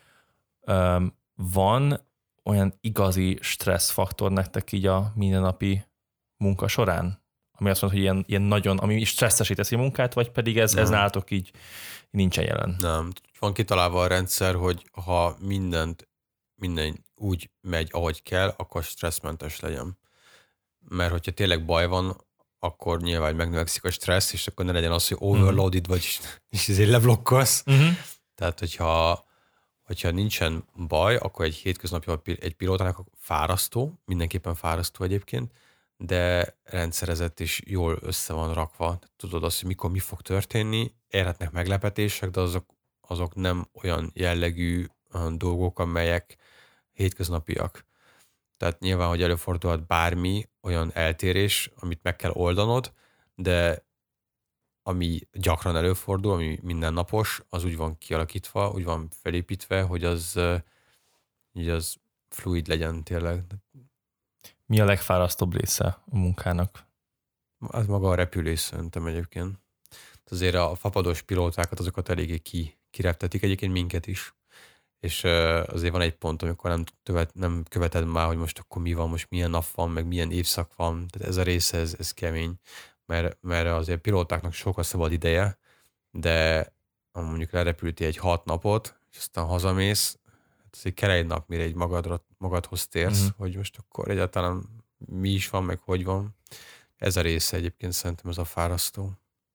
Um, van olyan igazi stresszfaktor nektek így a mindennapi munka során? Ami azt mondja, hogy ilyen, ilyen nagyon, ami stresszesé teszi a munkát, vagy pedig ez, ez nálatok így nincsen jelen? Nem. Van kitalálva a rendszer, hogy ha mindent, minden úgy megy, ahogy kell, akkor stresszmentes legyen. Mert hogyha tényleg baj van, akkor nyilván megnövekszik a stressz, és akkor ne legyen az, hogy overloaded vagy, és ezért leblokkolsz. Uh-huh. Tehát, hogyha, hogyha nincsen baj, akkor egy hétköznapi egy pilótának fárasztó, mindenképpen fárasztó egyébként, de rendszerezett és jól össze van rakva. Tudod azt, hogy mikor mi fog történni, érhetnek meglepetések, de azok, azok nem olyan jellegű olyan dolgok, amelyek hétköznapiak. Tehát nyilván, hogy előfordulhat bármi olyan eltérés, amit meg kell oldanod, de ami gyakran előfordul, ami mindennapos, az úgy van kialakítva, úgy van felépítve, hogy az, így az fluid legyen tényleg. Mi a legfárasztóbb része a munkának? Az maga a repülés szerintem egyébként. Azért a fapados pilótákat, azokat eléggé ki, kireptetik, egyébként minket is. És azért van egy pont, amikor nem, tövet, nem követed már, hogy most akkor mi van, most milyen nap van, meg milyen évszak van. Tehát ez a része, ez, ez kemény. Mert, mert azért pilótáknak sok a szabad ideje, de mondjuk lerepülti egy hat napot, és aztán hazamész, ez egy kerej nap, mire egy magadra, magadhoz térsz, mm-hmm. hogy most akkor egyáltalán mi is van, meg hogy van. Ez a része egyébként szerintem ez a fárasztó.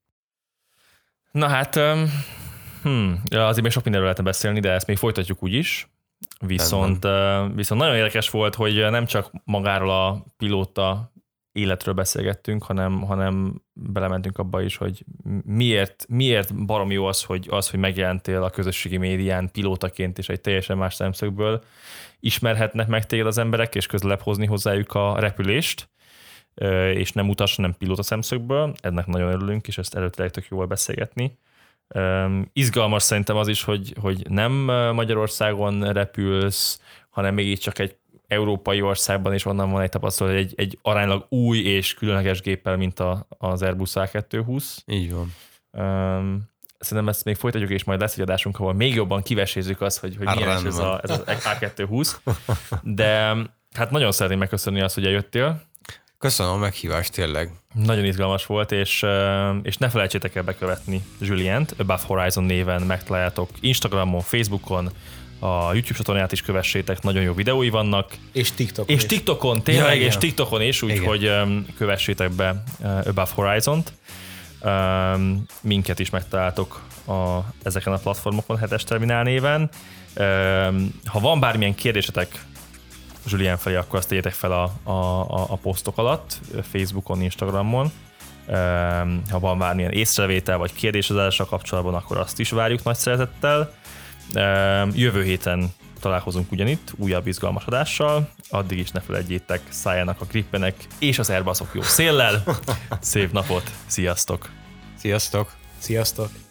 Na hát, hmm, azért még sok mindenről lehetne beszélni, de ezt még folytatjuk úgyis. Viszont, viszont nagyon érdekes volt, hogy nem csak magáról a pilóta életről beszélgettünk, hanem, hanem belementünk abba is, hogy miért, miért baromi jó az, hogy, az, hogy megjelentél a közösségi médián pilótaként, és egy teljesen más szemszögből ismerhetnek meg téged az emberek, és közelebb hozni hozzájuk a repülést, és nem utas, nem pilóta szemszögből. Ennek nagyon örülünk, és ezt előtte tök jól beszélgetni. Izgalmas szerintem az is, hogy, hogy nem Magyarországon repülsz, hanem mégiscsak egy európai országban, és onnan van egy tapasztalat, egy, egy aránylag új és különleges géppel, mint a, az Airbus á kétszázhúsz. Így van. Um, szerintem ezt még folytatjuk, és majd lesz egy adásunk, ahol még jobban kivesézzük azt, hogy, hogy milyen is ez, a, ez az á kétszázhúsz. De hát nagyon szeretném megköszönni azt, hogy eljöttél. Köszönöm a meghívást, tényleg. Nagyon izgalmas volt, és, és ne felejtsétek el bekövetni Julient, Above Horizon néven megtaláljátok Instagramon, Facebookon, a YouTube csatornát is kövessétek, nagyon jó videói vannak. És TikTokon És TikTokon, tényleg, ja, és TikTokon is, úgyhogy kövessétek be Above Horizont. Minket is megtaláltok a, ezeken a platformokon Hetes Terminál néven. Ha van bármilyen kérdésetek Julien felé, akkor azt tegyetek fel a, a, a, a posztok alatt, Facebookon, Instagramon. Ha van bármilyen észrevétel vagy kérdés az adással kapcsolatban, akkor azt is várjuk nagy szeretettel. Jövő héten találkozunk ugyanitt, újabb izgalmas adással. Addig is ne felejtjétek, szálljanak a grippenek és az Airbusok jó széllel. Szép napot, sziasztok! Sziasztok! Sziasztok!